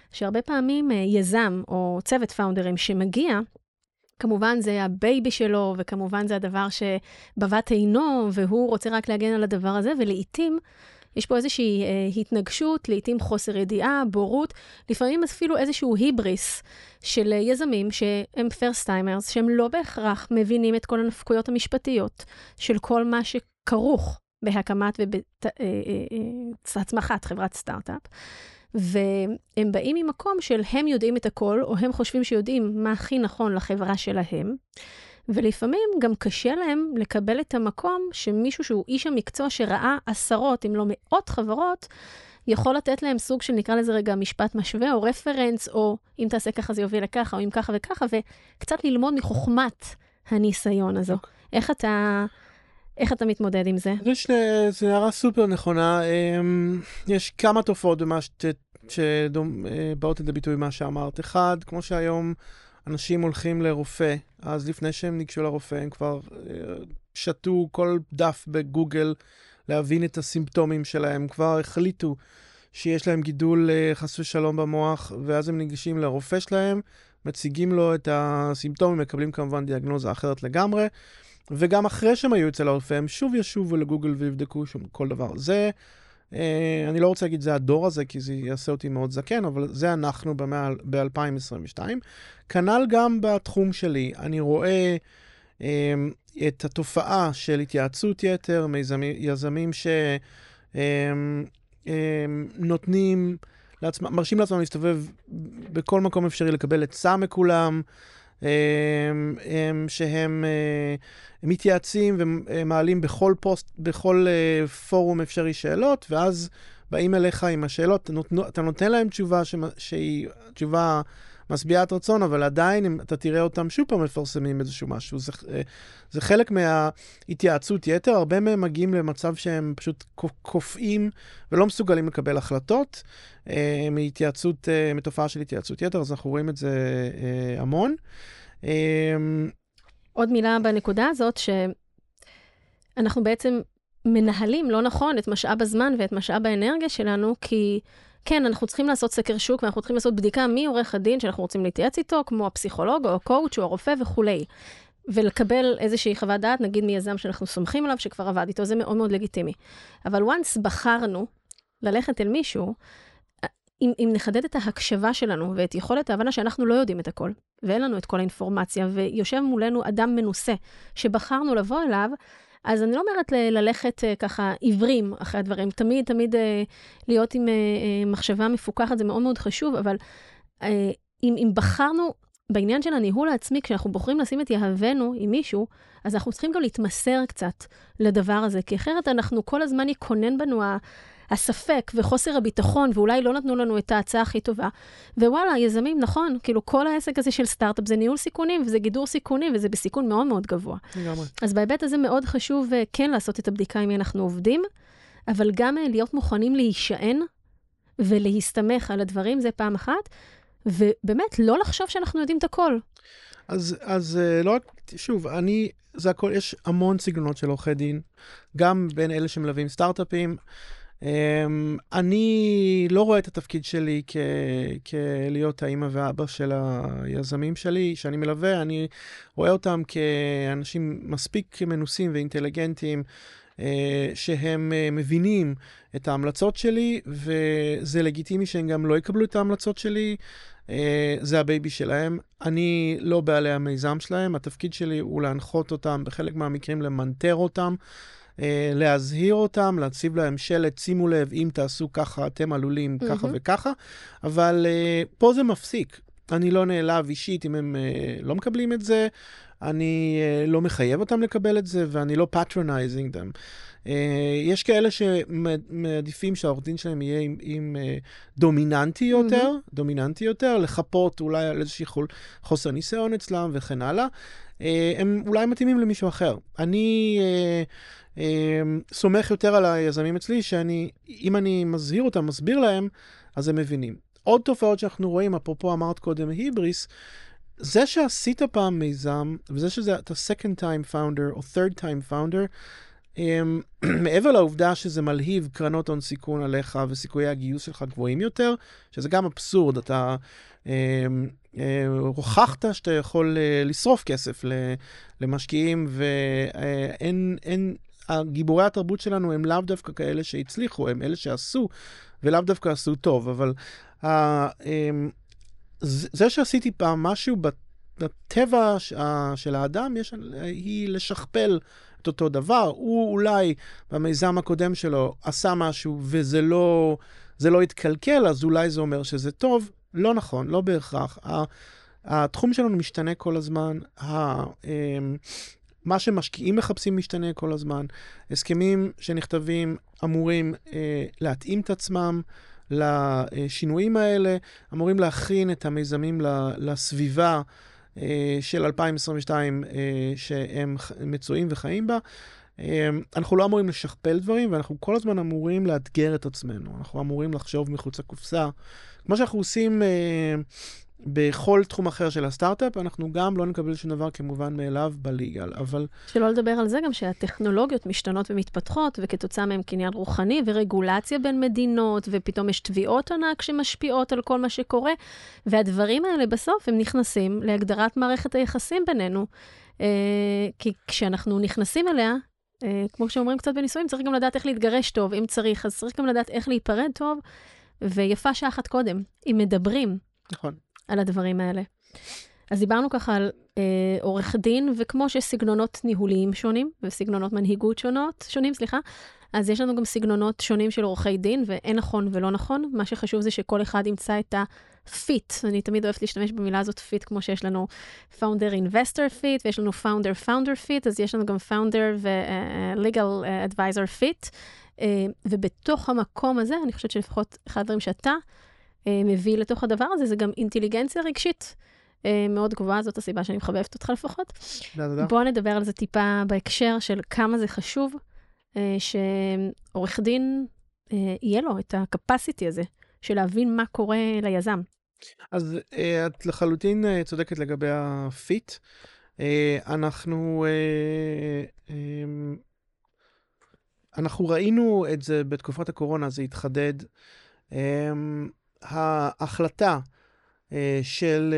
שהרבה פעמים יזם או צוות פאונדרים שמגיע, כמובן זה הבייבי שלו, וכמובן זה הדבר שבבת עינו, והוא רוצה רק להגן על הדבר הזה, ולעיתים יש פה איזושהי אה, התנגשות, לעתים חוסר ידיעה, בורות, לפעמים אפילו איזשהו היבריס של יזמים שהם פרסט טיימרס, שהם לא בהכרח מבינים את כל הנפקויות המשפטיות של כל מה שכרוך בהקמת ובהצמחת חברת סטארט-אפ. והם באים ממקום של הם יודעים את הכל, או הם חושבים שיודעים מה הכי נכון לחברה שלהם, ולפעמים גם קשה להם לקבל את המקום שמישהו שהוא איש המקצוע שראה עשרות, אם לא מאות חברות, יכול לתת להם סוג של נקרא לזה רגע משפט משווה, או רפרנס, או אם תעשה ככה זה יוביל לככה, או אם ככה וככה, וקצת ללמוד מחוכמת הניסיון הזו. Okay. איך אתה... איך אתה מתמודד עם זה? זה שני, זה הערה סופר נכונה. יש כמה תופעות במה שבאות לידי ביטוי מה שאמרת. אחד, כמו שהיום אנשים הולכים לרופא, אז לפני שהם ניגשו לרופא, הם כבר שתו כל דף בגוגל להבין את הסימפטומים שלהם, כבר החליטו שיש להם גידול חס ושלום במוח, ואז הם ניגשים לרופא שלהם, מציגים לו את הסימפטומים, מקבלים כמובן דיאגנוזה אחרת לגמרי, וגם אחרי שהם היו אצל הרופא, הם שוב ישובו לגוגל ויבדקו שום כל דבר. זה, אה, אני לא רוצה להגיד זה הדור הזה, כי זה יעשה אותי מאוד זקן, אבל זה אנחנו ב-אלפיים עשרים ושתיים. כנ"ל גם בתחום שלי. אני רואה אה, את התופעה של התייעצות יתר, מיזמים, יזמים שנותנים, לעצמם, מרשים לעצמם להסתובב בכל מקום אפשרי לקבל עצה מכולם, הם, הם, שהם הם מתייעצים ומעלים בכל פוסט, בכל פורום אפשרי שאלות, ואז באים אליך עם השאלות, אתה נותן להם תשובה שהיא תשובה משביעת רצון, אבל עדיין אתה תראה אותם שוב פעם מפרסמים איזשהו משהו. זה, זה חלק מההתייעצות יתר, הרבה מהם מגיעים למצב שהם פשוט קופאים ולא מסוגלים לקבל החלטות, מהתייעצות, מתופעה של התייעצות יתר, אז אנחנו רואים את זה המון. עוד מילה בנקודה הזאת, שאנחנו בעצם מנהלים לא נכון את משאב הזמן ואת משאב האנרגיה שלנו, כי כן, אנחנו צריכים לעשות סקר שוק, ואנחנו צריכים לעשות בדיקה מי עורך הדין שאנחנו רוצים להתייעץ איתו, כמו הפסיכולוג או הקואוץ' או הרופא וכולי. ולקבל איזושהי חוות דעת, נגיד מיזם שאנחנו סומכים עליו, שכבר עבד איתו, זה מאוד מאוד לגיטימי. אבל once בחרנו ללכת אל מישהו, אם, אם נחדד את ההקשבה שלנו, ואת יכולת ההבנה שאנחנו לא יודעים את הכל, ואין לנו את כל האינפורמציה, ויושב מולנו אדם מנוסה, שבחרנו לבוא אליו, אז אני לא אומרת ל- ללכת uh, ככה עיוורים אחרי הדברים, תמיד, תמיד uh, להיות עם uh, uh, מחשבה מפוקחת, זה מאוד מאוד חשוב, אבל uh, אם, אם בחרנו בעניין של הניהול העצמי, כשאנחנו בוחרים לשים את יהבנו עם מישהו, אז אנחנו צריכים גם להתמסר קצת לדבר הזה, כי אחרת אנחנו כל הזמן יקונן בנו ה... הספק וחוסר הביטחון, ואולי לא נתנו לנו את ההצעה הכי טובה. ווואלה, יזמים, נכון, כאילו כל העסק הזה של סטארט-אפ זה ניהול סיכונים, וזה גידור סיכונים, וזה בסיכון מאוד מאוד גבוה. לגמרי. אז בהיבט הזה מאוד חשוב כן לעשות את הבדיקה עם מי אנחנו עובדים, אבל גם להיות מוכנים להישען, ולהסתמך על הדברים, זה פעם אחת, ובאמת לא לחשוב שאנחנו יודעים את הכל. אז, אז לא רק, שוב, אני, זה הכל, יש המון סגנונות של עורכי דין, גם בין אלה שמלווים סטארט-אפים, Um, אני לא רואה את התפקיד שלי כ- כלהיות האמא והאבא של היזמים שלי, שאני מלווה, אני רואה אותם כאנשים מספיק מנוסים ואינטליגנטים, uh, שהם uh, מבינים את ההמלצות שלי, וזה לגיטימי שהם גם לא יקבלו את ההמלצות שלי, uh, זה הבייבי שלהם. אני לא בעלי המיזם שלהם, התפקיד שלי הוא להנחות אותם, בחלק מהמקרים למנטר אותם, להזהיר אותם, להציב להם שלט, שימו לב, אם תעשו ככה, אתם עלולים ככה mm-hmm. וככה, אבל uh, פה זה מפסיק. אני לא נעלב אישית אם הם uh, לא מקבלים את זה, אני uh, לא מחייב אותם לקבל את זה, ואני לא patronizing them. Uh, יש כאלה שמעדיפים שהעורך דין שלהם יהיה עם, עם uh, דומיננטי יותר, mm-hmm. דומיננטי יותר, לחפות אולי על איזושהי חוסר ניסיון אצלם וכן הלאה. Uh, הם אולי מתאימים למישהו אחר. אני... Uh, סומך יותר על היזמים אצלי, שאני, אם אני מזהיר אותם, מסביר להם, אז הם מבינים. עוד תופעות שאנחנו רואים, אפרופו אמרת קודם היבריס, זה שעשית פעם מיזם, וזה שזה אתה second time founder או third time founder, מעבר לעובדה שזה מלהיב קרנות הון סיכון עליך וסיכויי הגיוס שלך גבוהים יותר, שזה גם אבסורד, אתה הוכחת שאתה יכול לשרוף כסף למשקיעים, ואין, אין, הגיבורי התרבות שלנו הם לאו דווקא כאלה שהצליחו, הם אלה שעשו, ולאו דווקא עשו טוב, אבל זה שעשיתי פעם משהו בטבע של האדם, יש, היא לשכפל את אותו דבר. הוא אולי במיזם הקודם שלו עשה משהו וזה לא, זה לא התקלקל, אז אולי זה אומר שזה טוב. לא נכון, לא בהכרח. התחום שלנו משתנה כל הזמן, מה שמשקיעים מחפשים משתנה כל הזמן. הסכמים שנכתבים אמורים להתאים את עצמם לשינויים האלה, אמורים להכין את המיזמים לסביבה של אלפיים עשרים ושתיים שהם מצויים וחיים בה. אנחנו לא אמורים לשכפל דברים, ואנחנו כל הזמן אמורים לאתגר את עצמנו. אנחנו אמורים לחשוב מחוץ לקופסה. כמו שאנחנו עושים בכל תחום אחר של הסטארט-אפ, אנחנו גם לא נקבל שום דבר כמובן מאליו בליגל, אבל... שלא לדבר על זה גם שהטכנולוגיות משתנות ומתפתחות, וכתוצאה מהם קניין רוחני ורגולציה בין מדינות, ופתאום יש תביעות ענק שמשפיעות על כל מה שקורה, והדברים האלה בסוף הם נכנסים להגדרת מערכת היחסים בינינו, כי כשאנחנו נכנסים אליה, כמו שאומרים קצת בניסויים, צריך גם לדעת איך להתגרש טוב, אם צריך, אז צריך גם לדעת איך להיפרד טוב, ויפה שעה אחת קודם, אם מדברים. נכון. על הדברים האלה. אז דיברנו ככה על אה, עורך דין, וכמו שיש סגנונות ניהוליים שונים, וסגנונות מנהיגות שונות, שונים, סליחה, אז יש לנו גם סגנונות שונים של עורכי דין, ואין נכון ולא נכון. מה שחשוב זה שכל אחד ימצא את הפיט. אני תמיד אוהבת להשתמש במילה הזאת פיט, כמו שיש לנו founder investor fit, ויש לנו founder founder fit, אז יש לנו גם founder ו-legal advisor fit, אה, ובתוך המקום הזה, אני חושבת שלפחות אחד הדברים שאתה, מביא לתוך הדבר הזה, זה גם אינטליגנציה רגשית מאוד גבוהה, זאת הסיבה שאני מחבבת אותך לפחות. בואו נדבר על זה טיפה בהקשר של כמה זה חשוב, שעורך דין יהיה לו את הקפסיטי הזה, של להבין מה קורה ליזם. אז את לחלוטין צודקת לגבי הפיט. אנחנו, אנחנו ראינו את זה בתקופת הקורונה, זה התחדד. ההחלטה של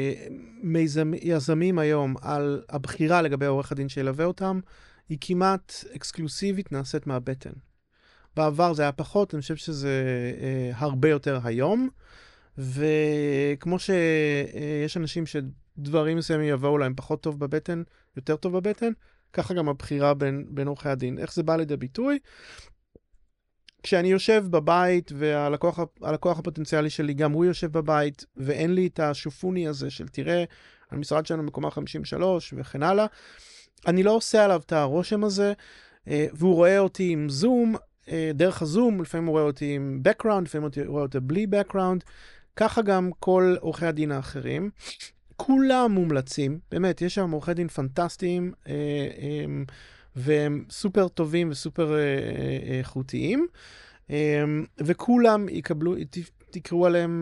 יזמים היום על הבחירה לגבי עורך הדין שילווה אותם, היא כמעט אקסקלוסיבית, נעשית מהבטן. בעבר זה היה פחות, אני חושב שזה הרבה יותר היום, וכמו שיש אנשים שדברים מסוימים יבואו להם פחות טוב בבטן, יותר טוב בבטן, ככה גם הבחירה בין, בין עורכי הדין. איך זה בא לידי ביטוי? כשאני יושב בבית, והלקוח הלקוח הפוטנציאלי שלי גם הוא יושב בבית, ואין לי את השופוני הזה של תראה, המשרד שלנו מקומה חמישים ושלוש וכן הלאה, אני לא עושה עליו את הרושם הזה, והוא רואה אותי עם זום, דרך הזום, לפעמים הוא רואה אותי עם background, לפעמים הוא רואה אותי בלי background, ככה גם כל עורכי הדין האחרים. כולם מומלצים, באמת, יש שם עורכי דין פנטסטיים, והם סופר טובים וסופר איכותיים, וכולם יקבלו, תקראו עליהם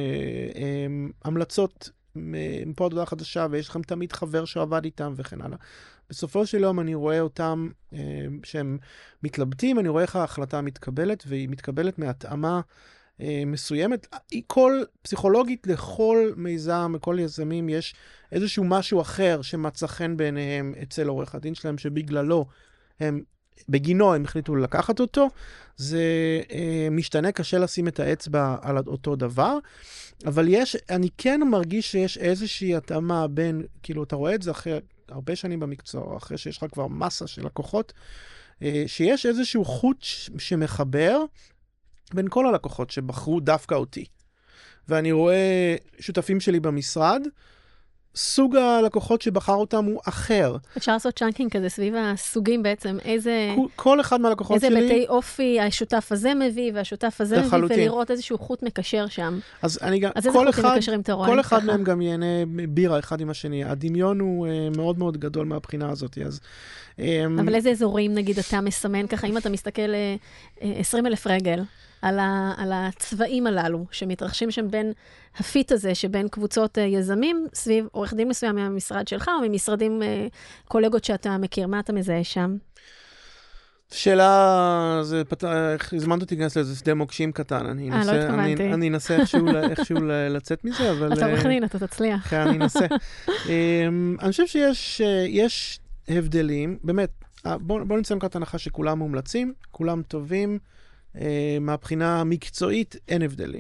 המלצות מפה עבודה חדשה, ויש לכם תמיד חבר שעבד איתם וכן הלאה. בסופו של יום אני רואה אותם שהם מתלבטים, אני רואה איך ההחלטה מתקבלת, והיא מתקבלת מהתאמה מסוימת. כל פסיכולוגית לכל מיזם, לכל יזמים, יש איזשהו משהו אחר שמצא חן בעיניהם אצל עורך הדין שלהם, שבגללו הם, בגינו הם החליטו לקחת אותו. זה אה, משתנה, קשה לשים את האצבע על אותו דבר, אבל יש, אני כן מרגיש שיש איזושהי התאמה בין, כאילו אתה רואה את זה אחרי הרבה שנים במקצוע, אחרי שיש לך כבר מסה של לקוחות, אה, שיש איזשהו חוט שמחבר, בין כל הלקוחות שבחרו דווקא אותי. ואני רואה שותפים שלי במשרד, סוג הלקוחות שבחר אותם הוא אחר. אפשר לעשות צ'אנקינג כזה סביב הסוגים בעצם, איזה... כל אחד מהלקוחות איזה שלי... איזה ביתי אופי השותף הזה מביא, והשותף הזה מביא, ולראות איזשהו חוט מקשר שם. אז אני גם... אז איזה חוטים אחד, מקשרים אתה רואה? כל אחד מהם גם ייהנה בירה אחד עם השני. הדמיון הוא uh, מאוד מאוד גדול מהבחינה הזאת, אז... Um, אבל איזה אזורים, נגיד, אתה מסמן ככה, אם אתה מסתכל uh, עשרים אלף רגל, על, ה, על הצבעים הללו, שמתרחשים שם בין הפיט הזה, שבין קבוצות uh, יזמים, סביב עורך דין מסוים מהמשרד שלך, או ממשרדים, uh, קולגות שאתה מכיר, מה אתה מזהה שם? שאלה, זה הזמנת אותי להיכנס לאיזה שדה מוקשים קטן, אני אה, לא התכוונתי. אני אנסה איכשהו לצאת מזה, אבל... אתה עורך דין, אתה תצליח. כן, אני אנסה. אני חושב שיש הבדלים, באמת, בואו נצא מכאן את ההנחה שכולם מומלצים, כולם טובים, מהבחינה המקצועית אין הבדלים.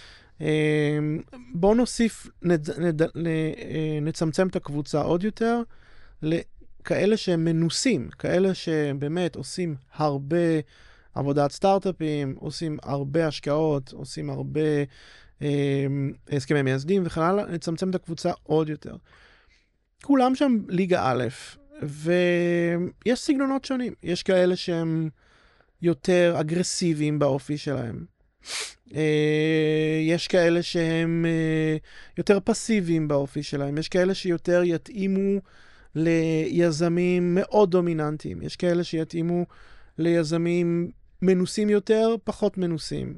בואו נוסיף, נצמצם את הקבוצה עוד יותר, כאלה שהם מנוסים, כאלה שבאמת עושים הרבה עבודת סטארט-אפים, עושים הרבה השקעות, עושים הרבה אה, הסכמי מייסדים וכן הלאה, נצמצם את הקבוצה עוד יותר. כולם שם ליגה א', ויש סגנונות שונים. יש כאלה שהם יותר אגרסיביים באופי שלהם. אה, יש כאלה שהם אה, יותר פסיביים באופי שלהם. יש כאלה שיותר יתאימו ליזמים מאוד דומיננטיים. יש כאלה שיתאימו ליזמים מנוסים יותר, פחות מנוסים.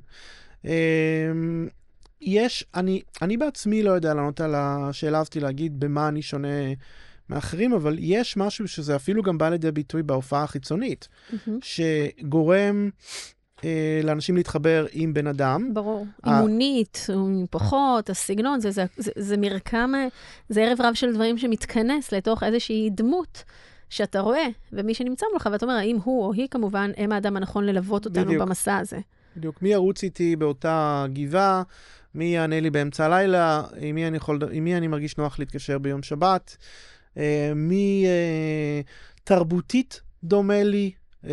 יש, אני, אני בעצמי לא יודע לענות על השאלה הזאתי להגיד במה אני שונה מאחרים, אבל יש משהו שזה אפילו גם בא לידי ביטוי בהופעה החיצונית, mm-hmm. שגורם אה, לאנשים להתחבר עם בן אדם. ברור. ה... אימונית, פחות, הסגנון, זה, זה, זה, זה מרקם, זה ערב רב של דברים שמתכנס לתוך איזושהי דמות שאתה רואה, ומי שנמצא מולך, ואתה אומר, האם הוא או היא כמובן, הם האדם הנכון ללוות אותנו בדיוק. במסע הזה. בדיוק. מי ירוץ איתי באותה גבעה, מי יענה לי באמצע הלילה, עם מי אני, יכול, עם מי אני מרגיש נוח להתקשר ביום שבת, אה, מי אה, תרבותית דומה לי, אה,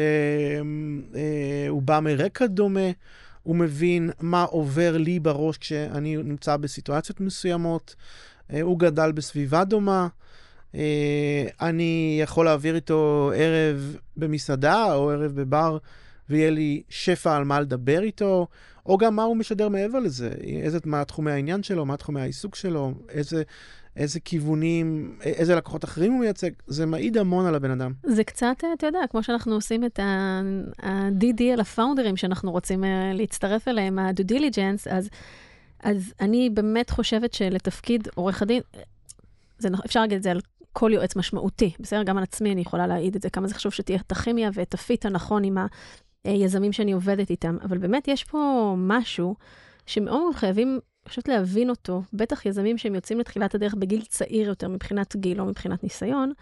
אה, הוא בא מרקע דומה, הוא מבין מה עובר לי בראש כשאני נמצא בסיטואציות מסוימות, אה, הוא גדל בסביבה דומה, אה, אני יכול להעביר איתו ערב במסעדה או ערב בבר, ויהיה לי שפע על מה לדבר איתו, או גם מה הוא משדר מעבר לזה, איזה, מה תחומי העניין שלו, מה תחומי העיסוק שלו, איזה, איזה כיוונים, איזה לקוחות אחרים הוא מייצג, זה מעיד המון על הבן אדם. זה קצת, אתה יודע, כמו שאנחנו עושים את ה-די די על הפאונדרים, שאנחנו רוצים להצטרף אליהם, ה-due diligence, אז, אז אני באמת חושבת שלתפקיד עורך הדין, זה, אפשר להגיד את זה על כל יועץ משמעותי, בסדר? גם על עצמי אני יכולה להעיד את זה, כמה זה חשוב שתהיה את הכימיה ואת הפיט הנכון עם היזמים שאני עובדת איתם, אבל באמת יש פה משהו שמאוד חייבים, חושבת להבין אותו, בטח יזמים שהם יוצאים לתחילת הדרך בגיל צעיר יותר מבחינת גיל או מבחינת ניסיון,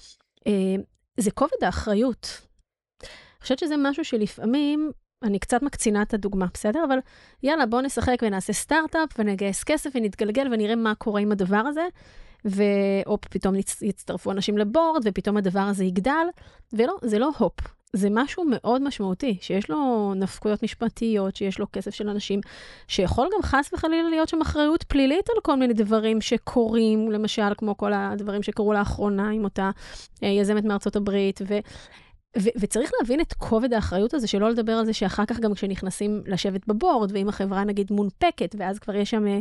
זה כובד האחריות. אני חושבת שזה משהו שלפעמים, אני קצת מקצינה את הדוגמה, בסדר? אבל יאללה, בוא נשחק ונעשה סטארט-אפ ונגייס כסף ונתגלגל ונראה מה קורה עם הדבר הזה, והופ, פתאום יצטרפו אנשים לבורד, ופתאום הדבר הזה יגדל, ולא, זה לא הופ. זה משהו מאוד משמעותי, שיש לו נפקויות משפטיות, שיש לו כסף של אנשים, שיכול גם חס וחלילה להיות שם אחריות פלילית על כל מיני דברים שקורים, למשל, כמו כל הדברים שקרו לאחרונה עם אותה יזמת מארצות הברית, ו... ו- וצריך להבין את כובד האחריות הזה, שלא לדבר על זה שאחר כך גם כשנכנסים לשבת בבורד, ואם החברה נגיד מונפקת, ואז כבר יש שם...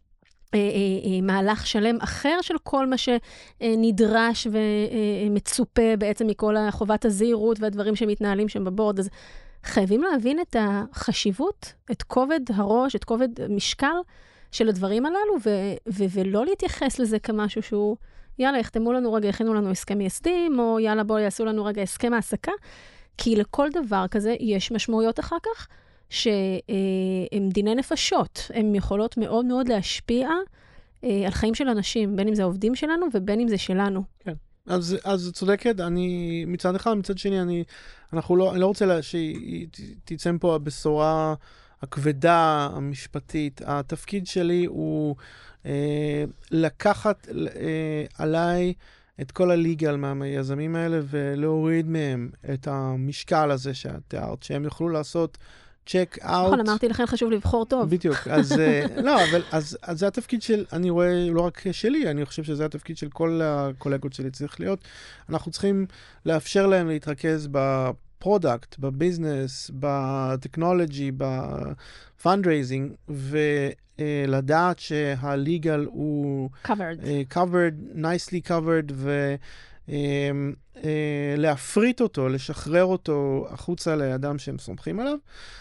מהלך שלם אחר של כל מה שנדרש ומצופה בעצם מכל חובת הזהירות והדברים שמתנהלים שם בבורד. אז חייבים להבין את החשיבות, את כובד הראש, את כובד משקל של הדברים הללו, ו- ו- ולא להתייחס לזה כמשהו שהוא, יאללה, יחתמו לנו רגע, יכינו לנו הסכם מייסדים, או יאללה, בואו יעשו לנו רגע הסכם העסקה, כי לכל דבר כזה יש משמעויות אחר כך, שהם דיני נפשות, הן יכולות מאוד מאוד להשפיע על חיים של אנשים, בין אם זה העובדים שלנו ובין אם זה שלנו. כן, אז, אז צודקת, אני מצד אחד, מצד שני, אני, אנחנו לא, אני לא רוצה לה, שתצא פה הבשורה הכבדה, המשפטית. התפקיד שלי הוא אה, לקחת אה, עליי את כל הליגל מהיזמים האלה, ולהוריד מהם את המשקל הזה שאת תיארת, שהם יוכלו לעשות צ'ק אאוט. נכון, אמרתי לכן חשוב לבחור טוב. בדיוק, אז לא, אבל אז, אז זה התפקיד של, אני רואה לא רק שלי, אני חושב שזה התפקיד של כל הקולגות שלי צריך להיות. אנחנו צריכים לאפשר להם להתרכז בפרודקט, בביזנס, בטכנולוגי, בפנדרייזינג, ולדעת שהליגל הוא covered, uh, covered, nicely covered, ו... Uh, uh, להפריט אותו, לשחרר אותו החוצה לאדם שהם סומכים עליו.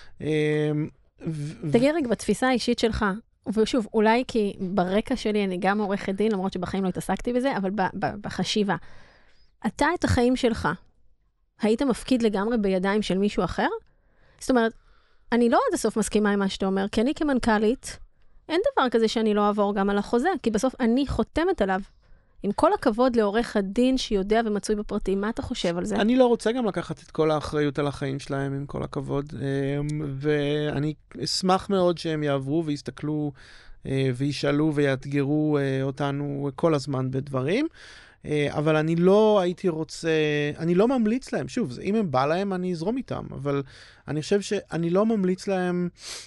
תגיד רגע, בתפיסה האישית שלך, ושוב, אולי כי ברקע שלי אני גם עורכת דין, למרות שבחיים לא התעסקתי בזה, אבל בחשיבה, אתה את החיים שלך, היית מפקיד לגמרי בידיים של מישהו אחר? זאת אומרת, אני לא עד הסוף מסכימה עם מה שאתה אומר, כי אני כמנכ"לית, אין דבר כזה שאני לא אעבור גם על החוזה, כי בסוף אני חותמת עליו. עם כל הכבוד לעורך הדין שיודע ומצוי בפרטים, מה אתה חושב על זה? אני לא רוצה גם לקחת את כל האחריות על החיים שלהם, עם כל הכבוד, ואני אשמח מאוד שהם יעברו ויסתכלו וישאלו ויאתגרו אותנו כל הזמן בדברים, אבל אני לא הייתי רוצה, אני לא ממליץ להם, שוב, אם הם בא להם, אני אזרום איתם, אבל אני חושב שאני לא ממליץ להם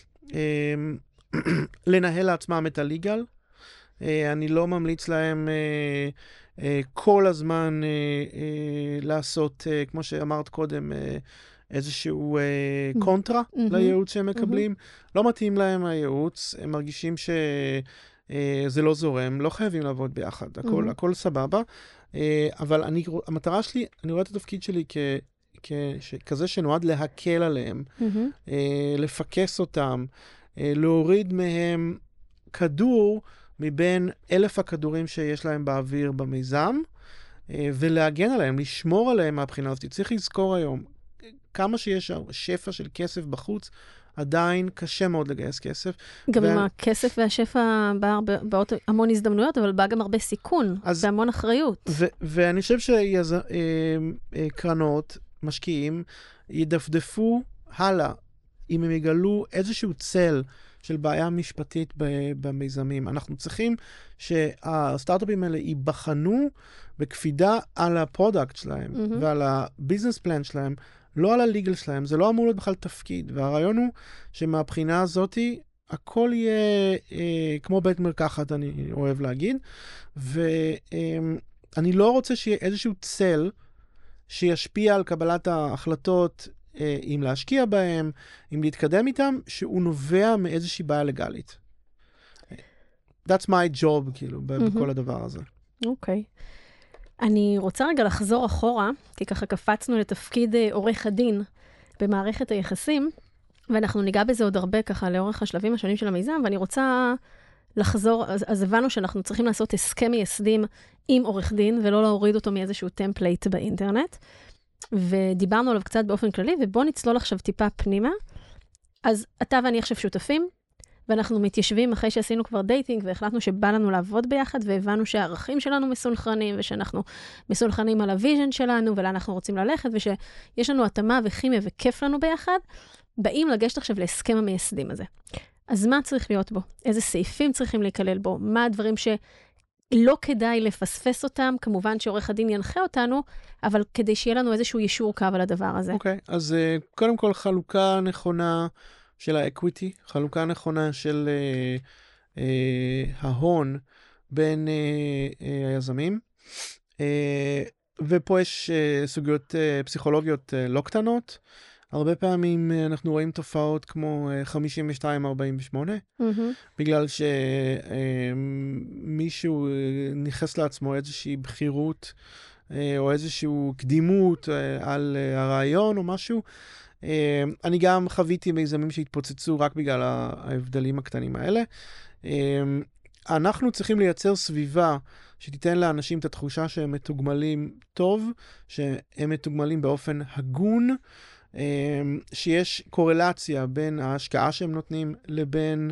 לנהל לעצמם את הליגל, אני לא ממליץ להם uh, uh, כל הזמן uh, uh, לעשות, uh, כמו שאמרת קודם, uh, איזשהו uh, קונטרה mm-hmm. לייעוץ שהם מקבלים. Mm-hmm. לא מתאים להם הייעוץ, הם מרגישים שזה uh, לא זורם, לא חייבים לעבוד ביחד, הכל, mm-hmm. הכל סבבה. Uh, אבל אני, המטרה שלי, אני רואה את התפקיד שלי כ, כ, ש, כזה שנועד להקל עליהם, mm-hmm. uh, לפקס אותם, uh, להוריד מהם כדור, מבין אלף הכדורים שיש להם באוויר במיזם, ולהגן עליהם, לשמור עליהם מהבחינה הזאת. צריך לזכור היום, כמה שיש שפע של כסף בחוץ, עדיין קשה מאוד לגייס כסף. גם ו... עם הכסף והשפע בא באות המון הזדמנויות, אבל בא גם הרבה סיכון, אז... והמון אחריות. ו- ואני חושב שקרנות, משקיעים, ידפדפו הלאה, אם הם יגלו איזשהו צל, של בעיה משפטית במיזמים. אנחנו צריכים שהסטארט-אפים האלה ייבחנו בקפידה על הפרודקט שלהם, mm-hmm. ועל הביזנס פלן שלהם, לא על הליגל שלהם. זה לא אמור להיות בכלל תפקיד. והרעיון הוא שמהבחינה הזאת, הכל יהיה אה, כמו בית מרקחת, אני אוהב להגיד, ואני אה, לא רוצה שיהיה איזשהו צל שישפיע על קבלת ההחלטות, אם להשקיע בהם, אם להתקדם איתם, שהוא נובע מאיזושהי בעיה לגלית. That's my job, כאילו, בכל הדבר הזה. אוקיי. אני רוצה רגע לחזור אחורה, כי ככה קפצנו לתפקיד עורך הדין במערכת היחסים, ואנחנו ניגע בזה עוד הרבה ככה לאורך השלבים השונים של המיזם, ואני רוצה לחזור, אז, אז הבנו שאנחנו צריכים לעשות הסכם מייסדים עם עורך דין, ולא להוריד אותו מאיזשהו טמפלייט באינטרנט. ודיברנו עליו קצת באופן כללי, ובוא נצלול עכשיו טיפה פנימה. אז אתה ואני עכשיו שותפים, ואנחנו מתיישבים אחרי שעשינו כבר דייטינג, והחלטנו שבא לנו לעבוד ביחד, והבנו שהערכים שלנו מסונכרנים, ושאנחנו מסונכרנים על הוויז'ן שלנו, ולאן אנחנו רוצים ללכת, ושיש לנו התאמה וכימיה וכיף לנו ביחד, באים לגשת עכשיו להסכם המייסדים הזה. אז מה צריך להיות בו? איזה סעיפים צריכים להיכלל בו? מה הדברים ש... לא כדאי לפספס אותם, כמובן שעורך הדין ינחה אותנו, אבל כדי שיהיה לנו איזשהו ישור קו על הדבר הזה. אוקיי, okay, אז uh, קודם כל חלוקה נכונה של האקוויטי, חלוקה נכונה של uh, uh, ההון בין uh, uh, היזמים, uh, ופה יש uh, סוגיות uh, פסיכולוגיות uh, לא קטנות, הרבה פעמים אנחנו רואים תופעות כמו חמישים ושתיים ארבעים ושמונה, mm-hmm. בגלל שמישהו נכנס לעצמו איזושהי בחירות, או איזושהי קדימות על הרעיון או משהו. אני גם חוויתי מיזמים שהתפוצצו רק בגלל ההבדלים הקטנים האלה. אנחנו צריכים לייצר סביבה שתיתן לאנשים את התחושה שהם מתוגמלים טוב, שהם מתוגמלים באופן הגון, שיש קורלציה בין ההשקעה שהם נותנים לבין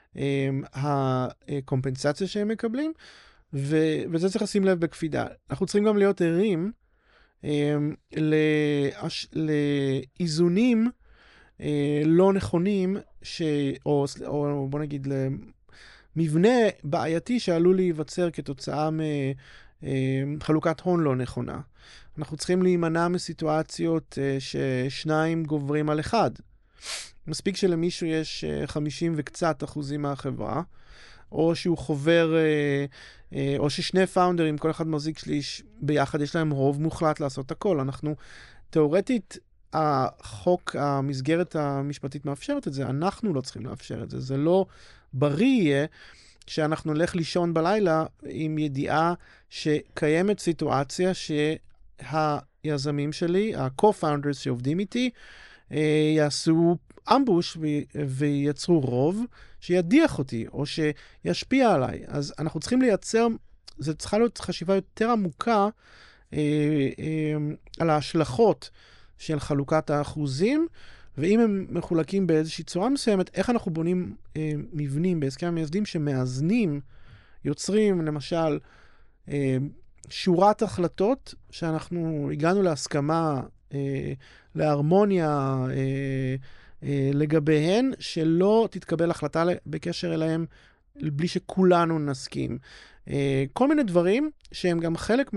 הקומפנסציה שהם מקבלים, וזה צריך לשים לב בקפידה. אנחנו צריכים גם להיות ערים לאיזונים לא נכונים, או בוא נגיד למבנה בעייתי שעלול להיווצר כתוצאה מחלוקת הון לא נכונה. אנחנו צריכים להימנע מסיטואציות uh, ששניים גוברים על אחד. מספיק שלמישהו יש uh, חמישים וקצת אחוזים מהחברה, או שהוא חובר, uh, uh, או ששני פאונדרים, כל אחד מחזיק שליש, ביחד יש להם רוב מוחלט לעשות הכל. אנחנו, תיאורטית, החוק, המסגרת המשפטית מאפשרת את זה, אנחנו לא צריכים לאפשר את זה. זה לא בריא יהיה שאנחנו נלך לישון בלילה עם ידיעה שקיימת סיטואציה ש... היזמים שלי, ה-co-founders שעובדים איתי, יעשו אמבוש וייצרו רוב שידיח אותי, או שישפיע עליי. אז אנחנו צריכים לייצר, זה צריכה להיות חשיבה יותר עמוקה על ההשלכות של חלוקת האחוזים, ואם הם מחולקים באיזושהי צורה מסוימת, איך אנחנו בונים אה, מבנים בהסכם המייסדים שמאזנים, יוצרים למשל אה, שורת החלטות שאנחנו הגענו להסכמה, אה, להרמוניה אה, אה, לגביהן, שלא תתקבל החלטה בקשר אליהם בלי שכולנו נסכים. אה, כל מיני דברים שהם גם חלק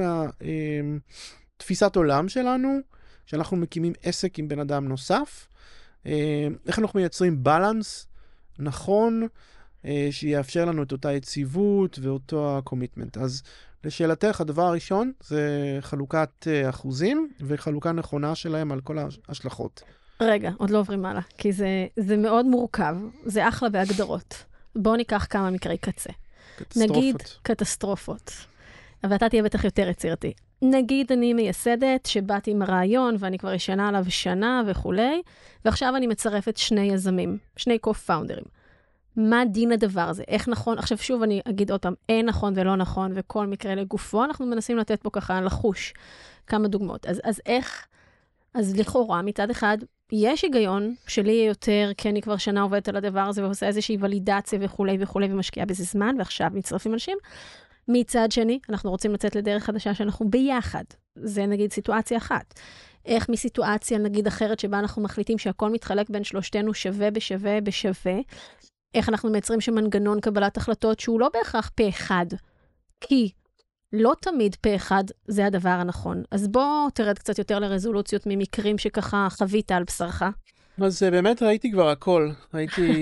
מהתפיסת אה, עולם שלנו, שאנחנו מקימים עסק עם בן אדם נוסף, אה, איך אנחנו מייצרים בלנס נכון, אה, שיאפשר לנו את אותה יציבות ואותו הקומיטמנט. אז לשאלתך, הדבר הראשון זה חלוקת אה, אחוזים, וחלוקה נכונה שלהם על כל ההשלכות. רגע, עוד לא עוברים הלאה, כי זה, זה מאוד מורכב, זה אחלה בהגדרות. בואו ניקח כמה מקרי קצה. קטסטרופות. נגיד קטסטרופות. ואתה תהיה בטח יותר יצירתי. נגיד אני מייסדת שבאתי עם הרעיון, ואני כבר ישנה עליו שנה וכולי, ועכשיו אני מצרפת שני יזמים, שני קו-פאונדרים. מה דין הדבר הזה? איך נכון? עכשיו שוב אני אגיד עוד פעם, אין נכון ולא נכון, וכל מקרה לגופו, אנחנו מנסים לתת פה ככה לחוש כמה דוגמאות. אז, אז איך, אז לכאורה מצד אחד, יש היגיון שלי יהיה יותר, כי אני כבר שנה עובדת על הדבר הזה, ועושה איזושהי ולידציה וכולי וכולי, ומשקיעה בזה זמן, ועכשיו מצטרפים אנשים. מצד שני, אנחנו רוצים לצאת לדרך חדשה שאנחנו ביחד. זה נגיד סיטואציה אחת. איך מסיטואציה נגיד אחרת שבה אנחנו מחליטים שהכל מתחלק בין שלושתנו שווה בשווה בשווה, איך אנחנו מייצרים שמנגנון קבלת החלטות שהוא לא בהכרח פה אחד, כי לא תמיד פה אחד זה הדבר הנכון. אז בוא תרד קצת יותר לרזולוציות ממקרים שככה חווית על בשרך. אז באמת ראיתי כבר הכל. ראיתי,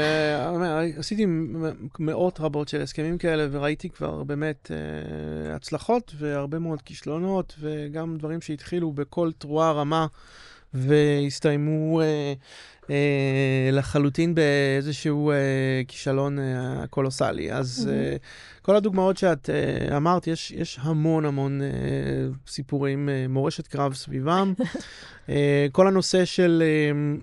עשיתי מאות רבות של הסכמים כאלה, וראיתי כבר באמת הצלחות והרבה מאוד כישלונות, וגם דברים שהתחילו בכל תרועה רמה, והסתיימו אה, אה, לחלוטין באיזשהו אה, כישלון אה, קולוסלי. אז mm-hmm. אה, כל הדוגמאות שאת אה, אמרת, יש, יש המון המון אה, סיפורים, אה, מורשת קרב סביבם. אה, כל הנושא של... אה,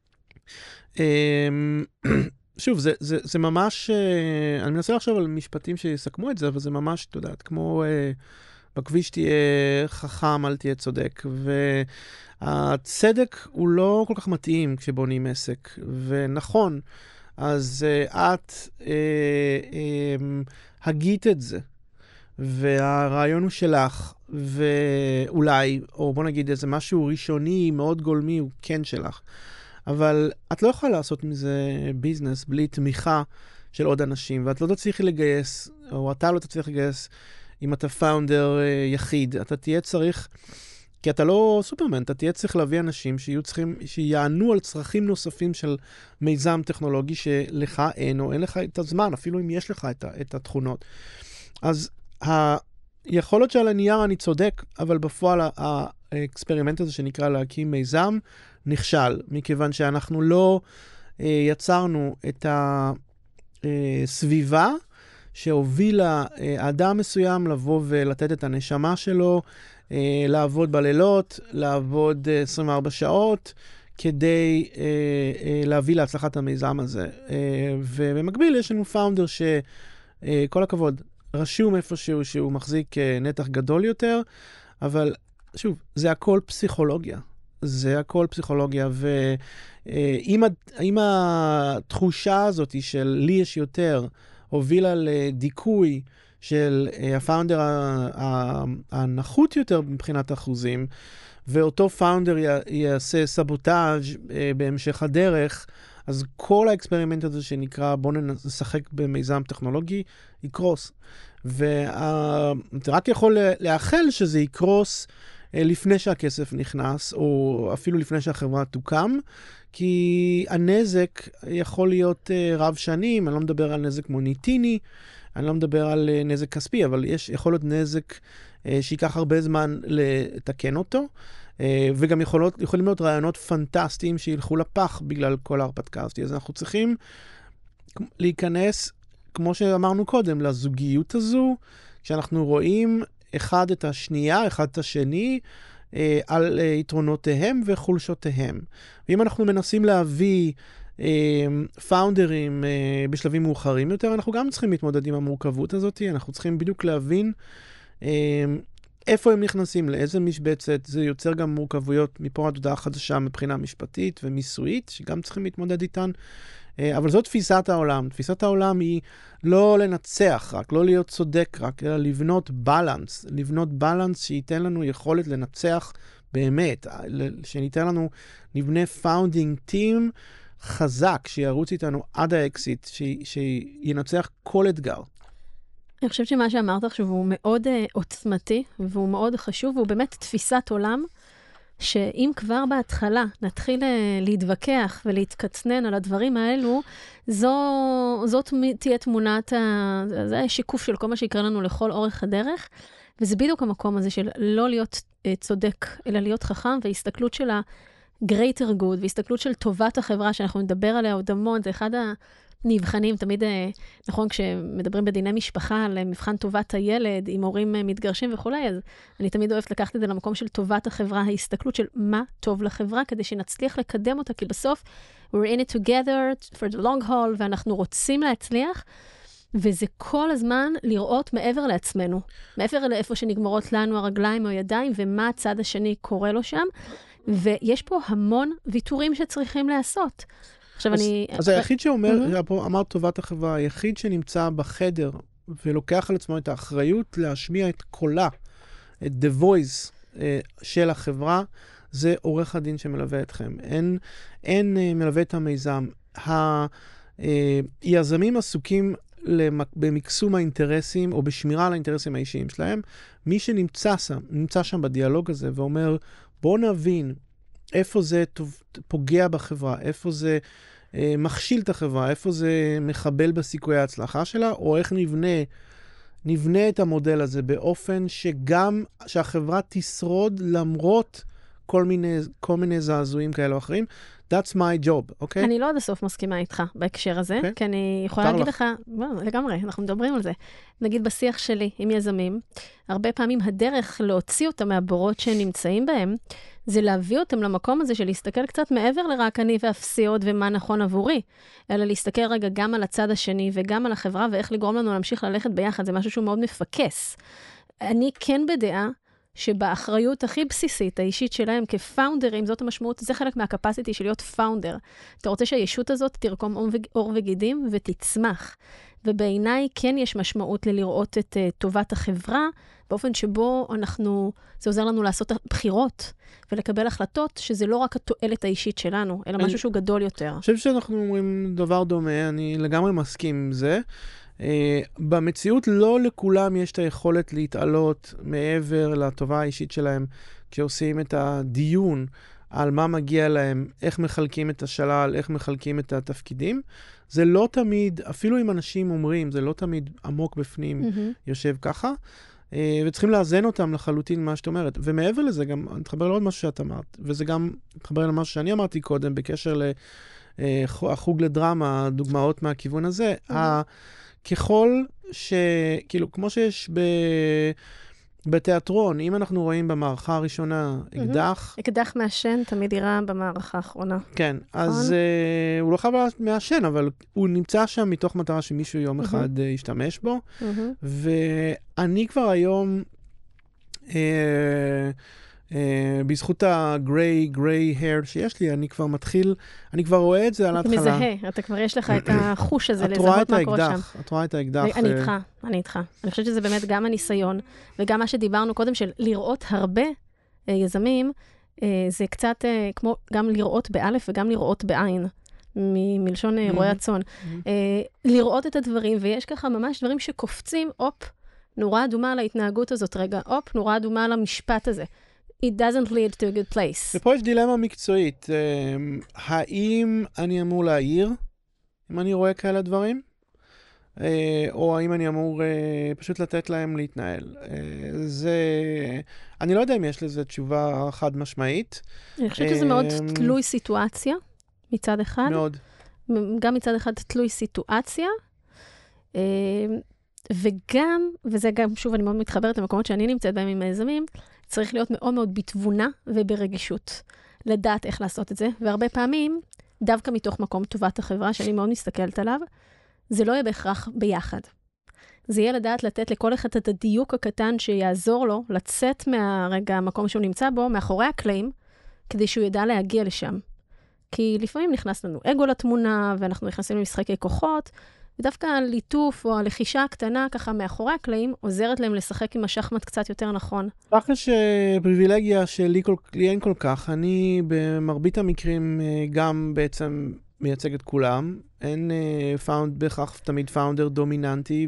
אה, שוב, זה, זה, זה ממש... אה, אני מנסה לחשוב על משפטים שיסכמו את זה, אבל זה ממש, אתה יודעת, כמו... אה, בכביש תהיה חכם, אל תהיה צודק. והצדק הוא לא כל כך מתאים כשבונים עסק. ונכון, אז uh, את uh, um, הגית את זה, והרעיון הוא שלך, ואולי, או בוא נגיד איזה משהו ראשוני, מאוד גולמי, הוא כן שלך. אבל את לא יכולה לעשות מזה ביזנס בלי תמיכה של עוד אנשים, ואת לא תצליחי לגייס, או אתה לא תצליח לגייס, אם אתה פאונדר uh, יחיד, אתה תהיה צריך, כי אתה לא סופרמן, אתה תהיה צריך להביא אנשים שיהיו צריכים, שיענו על צרכים נוספים של מיזם טכנולוגי שלך אין, או אין לך את הזמן, אפילו אם יש לך את, את התכונות. אז היכול להיות שעל הנייר אני צודק, אבל בפועל האקספרימנט הזה שנקרא להקים מיזם נכשל, מכיוון שאנחנו לא uh, יצרנו את הסביבה, שהובילה אדם מסוים לבוא ולתת את הנשמה שלו, לעבוד בלילות, לעבוד עשרים וארבע שעות, כדי להביא להצלחת המיזם הזה. ובמקביל יש לנו פאונדר שכל הכבוד, רשום איפשהו שהוא מחזיק נתח גדול יותר, אבל שוב, זה הכל פסיכולוגיה. זה הכל פסיכולוגיה, ואם התחושה הזאת של לי יש יותר, הובילה לדיכוי של הפאונדר הנחות יותר מבחינת אחוזים, ואותו פאונדר יעשה סבוטאז' בהמשך הדרך, אז כל האקספרימנט הזה שנקרא בוא נשחק במיזם טכנולוגי יקרוס. ואתה רק יכול לאחל שזה יקרוס לפני שהכסף נכנס, או אפילו לפני שהחברה תוקם, כי הנזק יכול להיות רב שנים, אני לא מדבר על נזק מוניטיני, אני לא מדבר על נזק כספי, אבל יש, יכול להיות נזק שיקח הרבה זמן לתקן אותו, וגם יכולות, יכולים להיות רעיונות פנטסטיים שילכו לפח בגלל כל ההרפתקה הזאת. אז אנחנו צריכים להיכנס, כמו שאמרנו קודם, לזוגיות הזו, כשאנחנו רואים אחד את השנייה, אחד את השני, אה, על אה, יתרונותיהם וחולשותיהם. ואם אנחנו מנסים להביא אה, פאונדרים אה, בשלבים מאוחרים יותר, אנחנו גם צריכים להתמודד עם המורכבות הזאת, אנחנו צריכים בדיוק להבין אה, איפה הם נכנסים, לאיזה משבצת, זה יוצר גם מורכבויות מפה עד הודעה חדשה מבחינה משפטית ומיסויית, שגם צריכים להתמודד איתן. אבל זאת תפיסת העולם. תפיסת העולם היא לא לנצח רק, לא להיות צודק רק, אלא לבנות בלנס, לבנות בלנס שייתן לנו יכולת לנצח באמת, שניתן לנו, נבנה פאונדינג טים חזק, שירוץ איתנו עד האקסיט, שינצח כל אתגר. אני חושבת שמה שאמרת עכשיו הוא מאוד uh, עוצמתי, והוא מאוד חשוב, והוא באמת תפיסת עולם, שאם כבר בהתחלה נתחיל uh, להתווכח ולהתקצנן על הדברים האלו, זו, זאת תהיה תמונת, ה... זה שיקוף של כל מה שיקרה לנו לכל אורך הדרך, וזה בדיוק המקום הזה של לא להיות uh, צודק, אלא להיות חכם, והסתכלות של ה-greater good, והסתכלות של טובת החברה, שאנחנו נדבר עליה עוד המון, זה אחד ה... נבחנים, תמיד, נכון, כשמדברים בדיני משפחה על מבחן טובת הילד, עם הורים מתגרשים וכו', אז אני תמיד אוהבת לקחת את זה למקום של טובת החברה, ההסתכלות של מה טוב לחברה, כדי שנצליח לקדם אותה, כי בסוף, we're in it together for the long haul, ואנחנו רוצים להצליח, וזה כל הזמן לראות מעבר לעצמנו, מעבר לאיפה שנגמרות לנו הרגליים או ידיים, ומה הצד השני קורה לו שם, ויש פה המון ויתורים שצריכים לעשות. עכשיו אז, אני... אז היחיד שאומר, mm-hmm. אמר טובת החברה, היחיד שנמצא בחדר ולוקח על עצמו את האחריות להשמיע את קולה, את the voice uh, של החברה, זה עורך הדין שמלווה אתכם. אין, אין uh, מלווה את המיזם. היזמים uh, עסוקים למק... במקסום האינטרסים או בשמירה על האינטרסים האישיים שלהם. מי שנמצא שם, נמצא שם בדיאלוג הזה ואומר, בוא נבין איפה זה פוגע בחברה, איפה זה אה, מכשיל את החברה, איפה זה מחבל בסיכויי ההצלחה שלה, או איך נבנה, נבנה את המודל הזה באופן שגם, שהחברה תשרוד למרות כל מיני, כל מיני זעזועים כאלה או אחרים. That's my job, אוקיי? אני לא עד הסוף מסכימה איתך בהקשר הזה, okay. כי אני יכולה להגיד לך, בוא, לגמרי, אנחנו מדברים על זה. נגיד בשיח שלי עם יזמים, הרבה פעמים הדרך להוציא אותם מהבורות שהם נמצאים בהם, זה להביא אותם למקום הזה של להסתכל קצת מעבר לרק אני ואפסיות ומה נכון עבורי, אלא להסתכל רגע גם על הצד השני וגם על החברה ואיך לגרום לנו להמשיך ללכת ביחד, זה משהו שהוא מאוד מפקס. אני כן בדעה, שבאחריות הכי בסיסית, האישית שלהם כפאונדרים, זאת המשמעות, זה חלק מהקפסיטי של להיות פאונדר. אתה רוצה שהישות הזאת תרקום אור וגידים ותצמח. ובעיניי כן יש משמעות ללראות את uh, טובת החברה, באופן שבו אנחנו, זה עוזר לנו לעשות בחירות, ולקבל החלטות שזה לא רק התועלת האישית שלנו, אלא אני, משהו שהוא גדול יותר. אני חושב שאנחנו אומרים דבר דומה, אני לגמרי מסכים עם זה. Uh, במציאות לא לכולם יש את היכולת להתעלות מעבר לטובה האישית שלהם, כשעושים את הדיון על מה מגיע להם, איך מחלקים את השלל, איך מחלקים את התפקידים. זה לא תמיד, אפילו אם אנשים אומרים, זה לא תמיד עמוק בפנים mm-hmm. יושב ככה, uh, וצריכים לאזן אותם לחלוטין מה שאת אומרת. ומעבר לזה, גם אני אתחבר לעוד משהו שאת אמרת, וזה גם אתחבר למשהו שאני אמרתי קודם, בקשר לחוג לדרמה, דוגמאות מהכיוון הזה, mm-hmm. ה... ככל ש... כאילו, כמו שיש ב... בתיאטרון, אם אנחנו רואים במערכה הראשונה אקדח... אקדח מעשן תמיד יראה במערכה האחרונה. כן, אז uh, הוא לא חייב מעשן, אבל הוא נמצא שם מתוך מטרה שמישהו יום אחד uh, ישתמש בו, ואני כבר היום... Uh, Uh, בזכות הגריי, גריי הר שיש לי, אני כבר מתחיל, אני כבר רואה את זה על ההתחלה. אתה מזהה, אתה כבר יש לך את החוש הזה לזהות מה קורה שם. את רואה את האקדח. אני איתך, אני איתך. אני חושבת שזה באמת גם הניסיון, וגם מה שדיברנו קודם של לראות הרבה uh, יזמים, uh, זה קצת uh, כמו גם לראות באלף וגם לראות בעין, מ- מלשון uh, רואי הצאן. Uh, לראות את הדברים, ויש ככה ממש דברים שקופצים, אופ, נורה אדומה על ההתנהגות הזאת רגע, אופ, נורה אדומה על המשפט הזה. It doesn't lead to a good place. ופה יש דילמה מקצועית. האם אני אמור להעיר, אם אני רואה כאלה דברים? או האם אני אמור פשוט לתת להם להתנהל? זה... אני לא יודע אם יש לזה תשובה חד משמעית. אני חושבת שזה מאוד תלוי סיטואציה, מצד אחד. מאוד. גם מצד אחד תלוי סיטואציה. וגם, וזה גם, שוב, אני מאוד מתחברת למקומות שאני נמצאת בהם עם היזמים, צריך להיות מאוד מאוד בתבונה וברגישות, לדעת איך לעשות את זה, והרבה פעמים, דווקא מתוך מקום טובת החברה, שאני מאוד מסתכלת עליו, זה לא יהיה בהכרח ביחד. זה יהיה לדעת לתת לכל אחד את הדיוק הקטן שיעזור לו לצאת מהרגע המקום שהוא נמצא בו, מאחורי הקלעים, כדי שהוא ידע להגיע לשם. כי לפעמים נכנס לנו אגו לתמונה, ואנחנו נכנסים למשחקי כוחות, ודווקא הליטוף או הלחישה הקטנה ככה מאחורי הקלעים, עוזרת להם לשחק עם השחמט קצת יותר נכון. כך יש פריבילגיה שלי כל, אין כל כך. אני במרבית המקרים גם בעצם מייצג את כולם. אין פאונד, בהכרח תמיד פאונדר דומיננטי,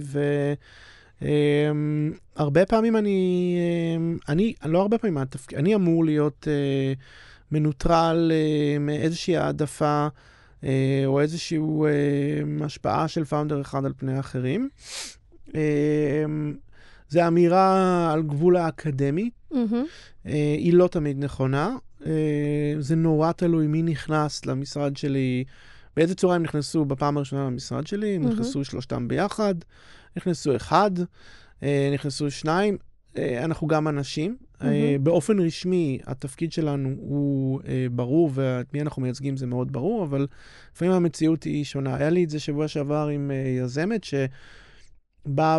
והרבה פעמים אני, אני, לא הרבה פעמים, אני אמור להיות מנוטרל מאיזושהי העדפה, או איזושהי השפעה של פאונדר אחד על פני האחרים. זה אמירה על גבול האקדמי. היא לא תמיד נכונה. זה נורא תלוי מי נכנס למשרד שלי, באיזה צורה הם נכנסו בפעם הראשונה למשרד שלי, הם נכנסו שלושתם ביחד, נכנסו אחד, נכנסו שניים, אנחנו גם אנשים. באופן רשמי, התפקיד שלנו הוא ברור, ואת מי אנחנו מייצגים זה מאוד ברור, אבל לפעמים המציאות היא שונה. היה לי את זה שבוע שעבר עם יזמת, שבאה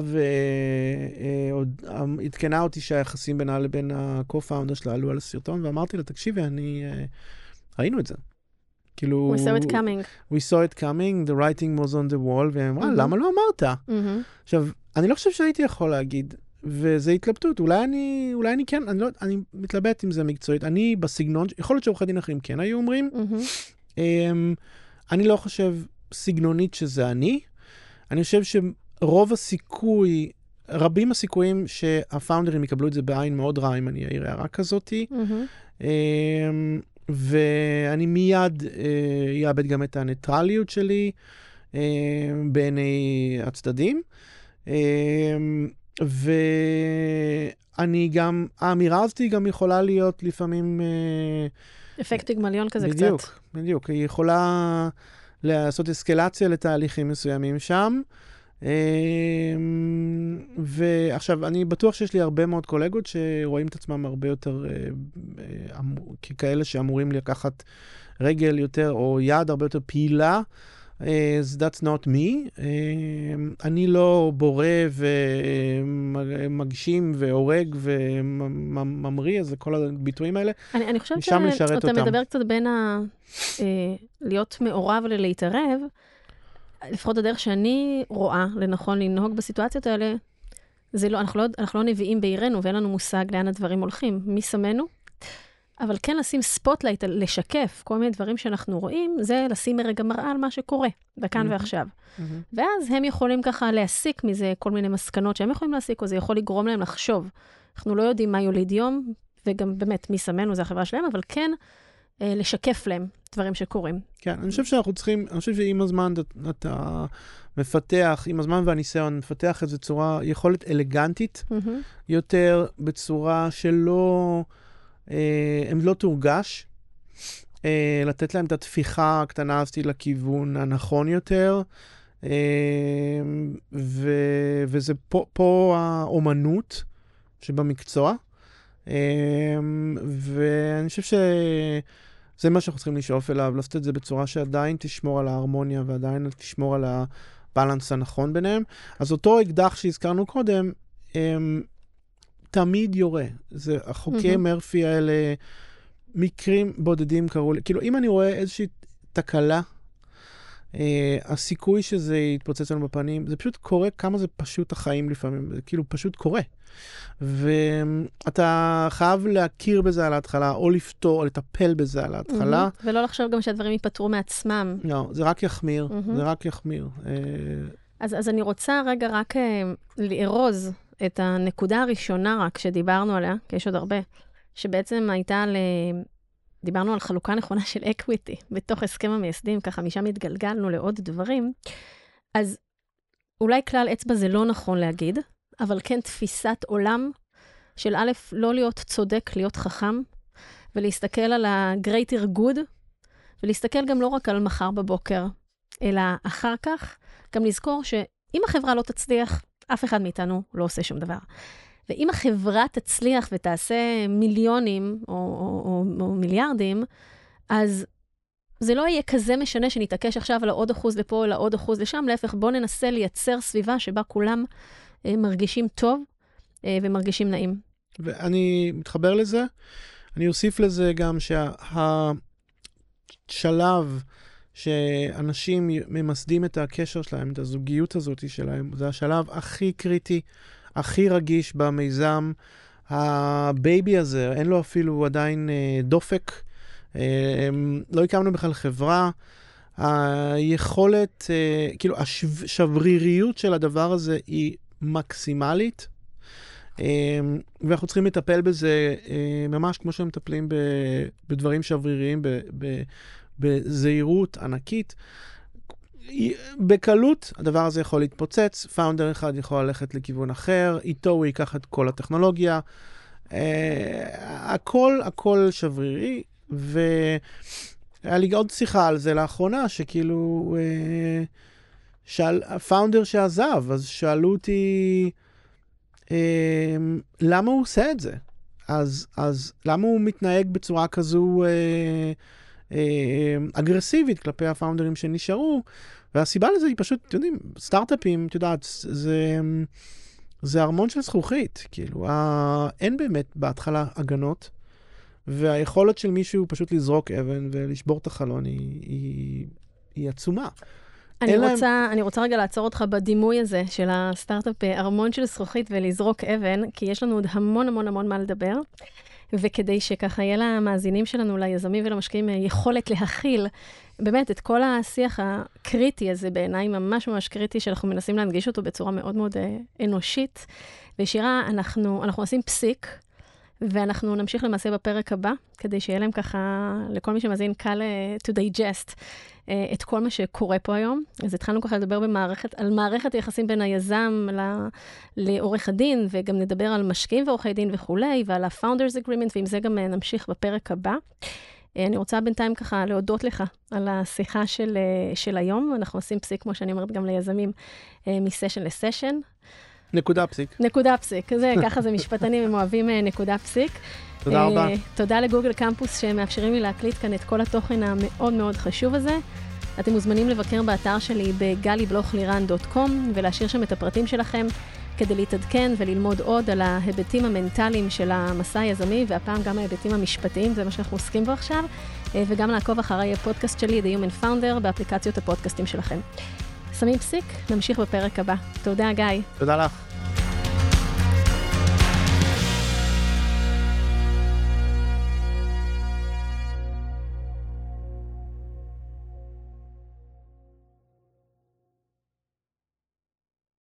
והתקנה אותי שהיחסים בינה לבין ה-co-founder שלה עלו על הסרטון, ואמרתי לה, תקשיבי, אני... ראינו את זה. כאילו... We saw it coming. We saw it coming, the writing was on the wall, והיא אמרה, למה לא אמרת? עכשיו, אני לא חושב שהייתי יכול להגיד, וזה התלבטות. אולי אני, אולי אני כן, אני לא, אני מתלבט אם זה מקצועית. אני בסגנון, יכול להיות שעורכי דין אחרים כן היו אומרים. Mm-hmm. Um, אני לא חושב סגנונית שזה אני. אני חושב שרוב הסיכוי, רבים הסיכויים שהפאונדרים יקבלו את זה בעין מאוד רע, אם אני אעיר הערה כזאת. Mm-hmm. Um, ואני מיד uh, אאבד גם את הניטרליות שלי uh, בעיני הצדדים. Um, ואני גם, האמירה הזאת גם יכולה להיות לפעמים... אפקט פיגמליון כזה קצת. בדיוק, בדיוק. היא יכולה לעשות אסקלציה לתהליכים מסוימים שם. ועכשיו, אני בטוח שיש לי הרבה מאוד קולגות שרואים את עצמם הרבה יותר ככאלה שאמורים לקחת רגל יותר, או יד הרבה יותר פעילה. Uh, that's not me. Uh, אני לא בורא ומגשים והורג וממריא, אז כל הביטויים האלה. אני, אני חושבת שאתה מדבר קצת בין ה... uh, להיות מעורב ולהתערב, לפחות הדרך שאני רואה לנכון לנהוג בסיטואציות האלה, זה לא, אנחנו לא, אנחנו לא נביאים בעירנו, ואין לנו מושג לאן הדברים הולכים. מי שמנו? אבל כן לשים ספוטלייט, לשקף כל מיני דברים שאנחנו רואים, זה לשים רגע מראה על מה שקורה, בכאן mm-hmm. ועכשיו. Mm-hmm. ואז הם יכולים ככה להסיק מזה כל מיני מסקנות שהם יכולים להסיק, או זה יכול לגרום להם לחשוב. אנחנו לא יודעים מה יוליד יום, וגם באמת מי שמנו, זה החברה שלהם, אבל כן אה, לשקף להם דברים שקורים. כן, אני חושב שאנחנו צריכים, אני חושב שעם הזמן אתה מפתח, עם הזמן והניסיון, מפתח איזו צורה, יכולת אלגנטית mm-hmm. יותר, בצורה שלא... הם לא תורגש, לתת להם את התפיחה הקטנה הזאתי לכיוון הנכון יותר, וזה פה, פה האומנות שבמקצוע, ואני חושב שזה מה שאנחנו צריכים לשאוף אליו, לעשות את זה בצורה שעדיין תשמור על ההרמוניה, ועדיין תשמור על הבלנס הנכון ביניהם. אז אותו אקדח שהזכרנו קודם, תמיד יורה. זה החוקי מרפי האלה, מקרים בודדים קראו לי. כאילו, אם אני רואה איזושהי תקלה, אה, הסיכוי שזה יתפוצץ לנו בפנים, זה פשוט קורה כמה זה פשוט החיים לפעמים. זה כאילו פשוט קורה. ואתה חייב להכיר בזה על ההתחלה, או לפתור, או לטפל בזה על ההתחלה. ולא לחשוב גם שהדברים ייפטרו מעצמם. לא, זה רק יחמיר. זה רק יחמיר. אז, אז אני רוצה רגע רק לארוז את הנקודה הראשונה רק שדיברנו עליה, כי יש עוד הרבה, שבעצם הייתה, ל... דיברנו על חלוקה נכונה של אקוויטי, בתוך הסכם המייסדים, ככה משם התגלגלנו לעוד דברים, אז אולי כלל אצבע זה לא נכון להגיד, אבל כן תפיסת עולם של א', לא להיות צודק, להיות חכם, ולהסתכל על ה-greater good, ולהסתכל גם לא רק על מחר בבוקר, אלא אחר כך, גם לזכור שאם החברה לא תצליח, אף אחד מאיתנו לא עושה שום דבר. ואם החברה תצליח ותעשה מיליונים או, או, או, או מיליארדים, אז זה לא יהיה כזה משנה שנתעקש עכשיו על העוד אחוז לפה, על העוד אחוז לשם, להפך, בוא ננסה לייצר סביבה שבה כולם מרגישים טוב ומרגישים נעים. ואני מתחבר לזה. אני אוסיף לזה גם שהשלב שאנשים ממסדים את הקשר שלהם, את הזוגיות הזאת שלהם, זה השלב הכי קריטי, הכי רגיש במיזם. הבייבי הזה, אין לו אפילו עדיין דופק, לא הקמנו בכלל חברה, היכולת, כאילו השבריריות של הדבר הזה היא מקסימלית, ואנחנו צריכים לטפל בזה ממש כמו שהם מטפלים בדברים שבריריים, בזהירות ענקית. בקלות הדבר הזה יכול להתפוצץ, פאונדר אחד יכול ללכת לכיוון אחר, איתו הוא ייקח את כל הטכנולוגיה, הכל, הכל שברירי, והיה לי עוד שיחה על זה לאחרונה, שכאילו, שאל, הפאונדר שעזב, אז שאלו אותי, למה הוא עושה את זה? אז, אז למה הוא מתנהג בצורה כזו אגרסיבית כלפי הפאונדרים שנשארו? והסיבה לזה היא פשוט, אתם יודעים, סטארט-אפים, את יודעת, זה, זה ארמון של זכוכית, כאילו, אין באמת בהתחלה הגנות, והיכולת של מישהו פשוט לזרוק אבן ולשבור את החלון היא, היא, היא עצומה. אני רוצה, להם... אני רוצה רגע לעצור אותך בדימוי הזה של הסטארט-אפ, ארמון של זכוכית ולזרוק אבן, כי יש לנו עוד המון המון המון מה לדבר, וכדי שככה יהיה למאזינים שלנו, ליזמים ולמשקיעים, יכולת להכיל באמת את כל השיח הקריטי הזה, בעיניי ממש ממש קריטי, שאנחנו מנסים להנגיש אותו בצורה מאוד מאוד אנושית. וישירה, אנחנו, אנחנו עושים פסיק, ואנחנו נמשיך למעשה בפרק הבא, כדי שיהיה להם ככה, לכל מי שמאזין, קל to digest את כל מה שקורה פה היום. אז התחלנו ככה לדבר במערכת, על מערכת היחסים בין היזם לעורך הדין, וגם נדבר על משקיעים ועורכי דין וכולי, ועל ה-Founders Agreement, ועם זה גם נמשיך בפרק הבא. אני רוצה בינתיים ככה להודות לך על השיחה של, של היום. אנחנו עושים פסיק, כמו שאני אומרת, גם ליזמים, מסשן לסשן. נקודה פסיק. נקודה פסיק. זה, ככה זה משפטנים, הם אוהבים נקודה פסיק. תודה רבה. תודה לגוגל קמפוס שמאפשרים לי להקליט כאן את כל התוכן המאוד מאוד חשוב הזה. אתם מוזמנים לבקר באתר שלי ב-גלי בלוך לירן דוט קום ולהשאיר שם את הפרטים שלכם כדי להתעדכן וללמוד עוד על ההיבטים המנטליים של המסע היזמי, והפעם גם ההיבטים המשפטיים, זה מה שאנחנו עוסקים בו עכשיו, וגם לעקוב אחרי הפודקאסט שלי, The Human Founder, באפליקציות הפודקאסטים שלכם. שמים פסיק, נמשיך בפרק הבא. תודה, גיא. תודה לך.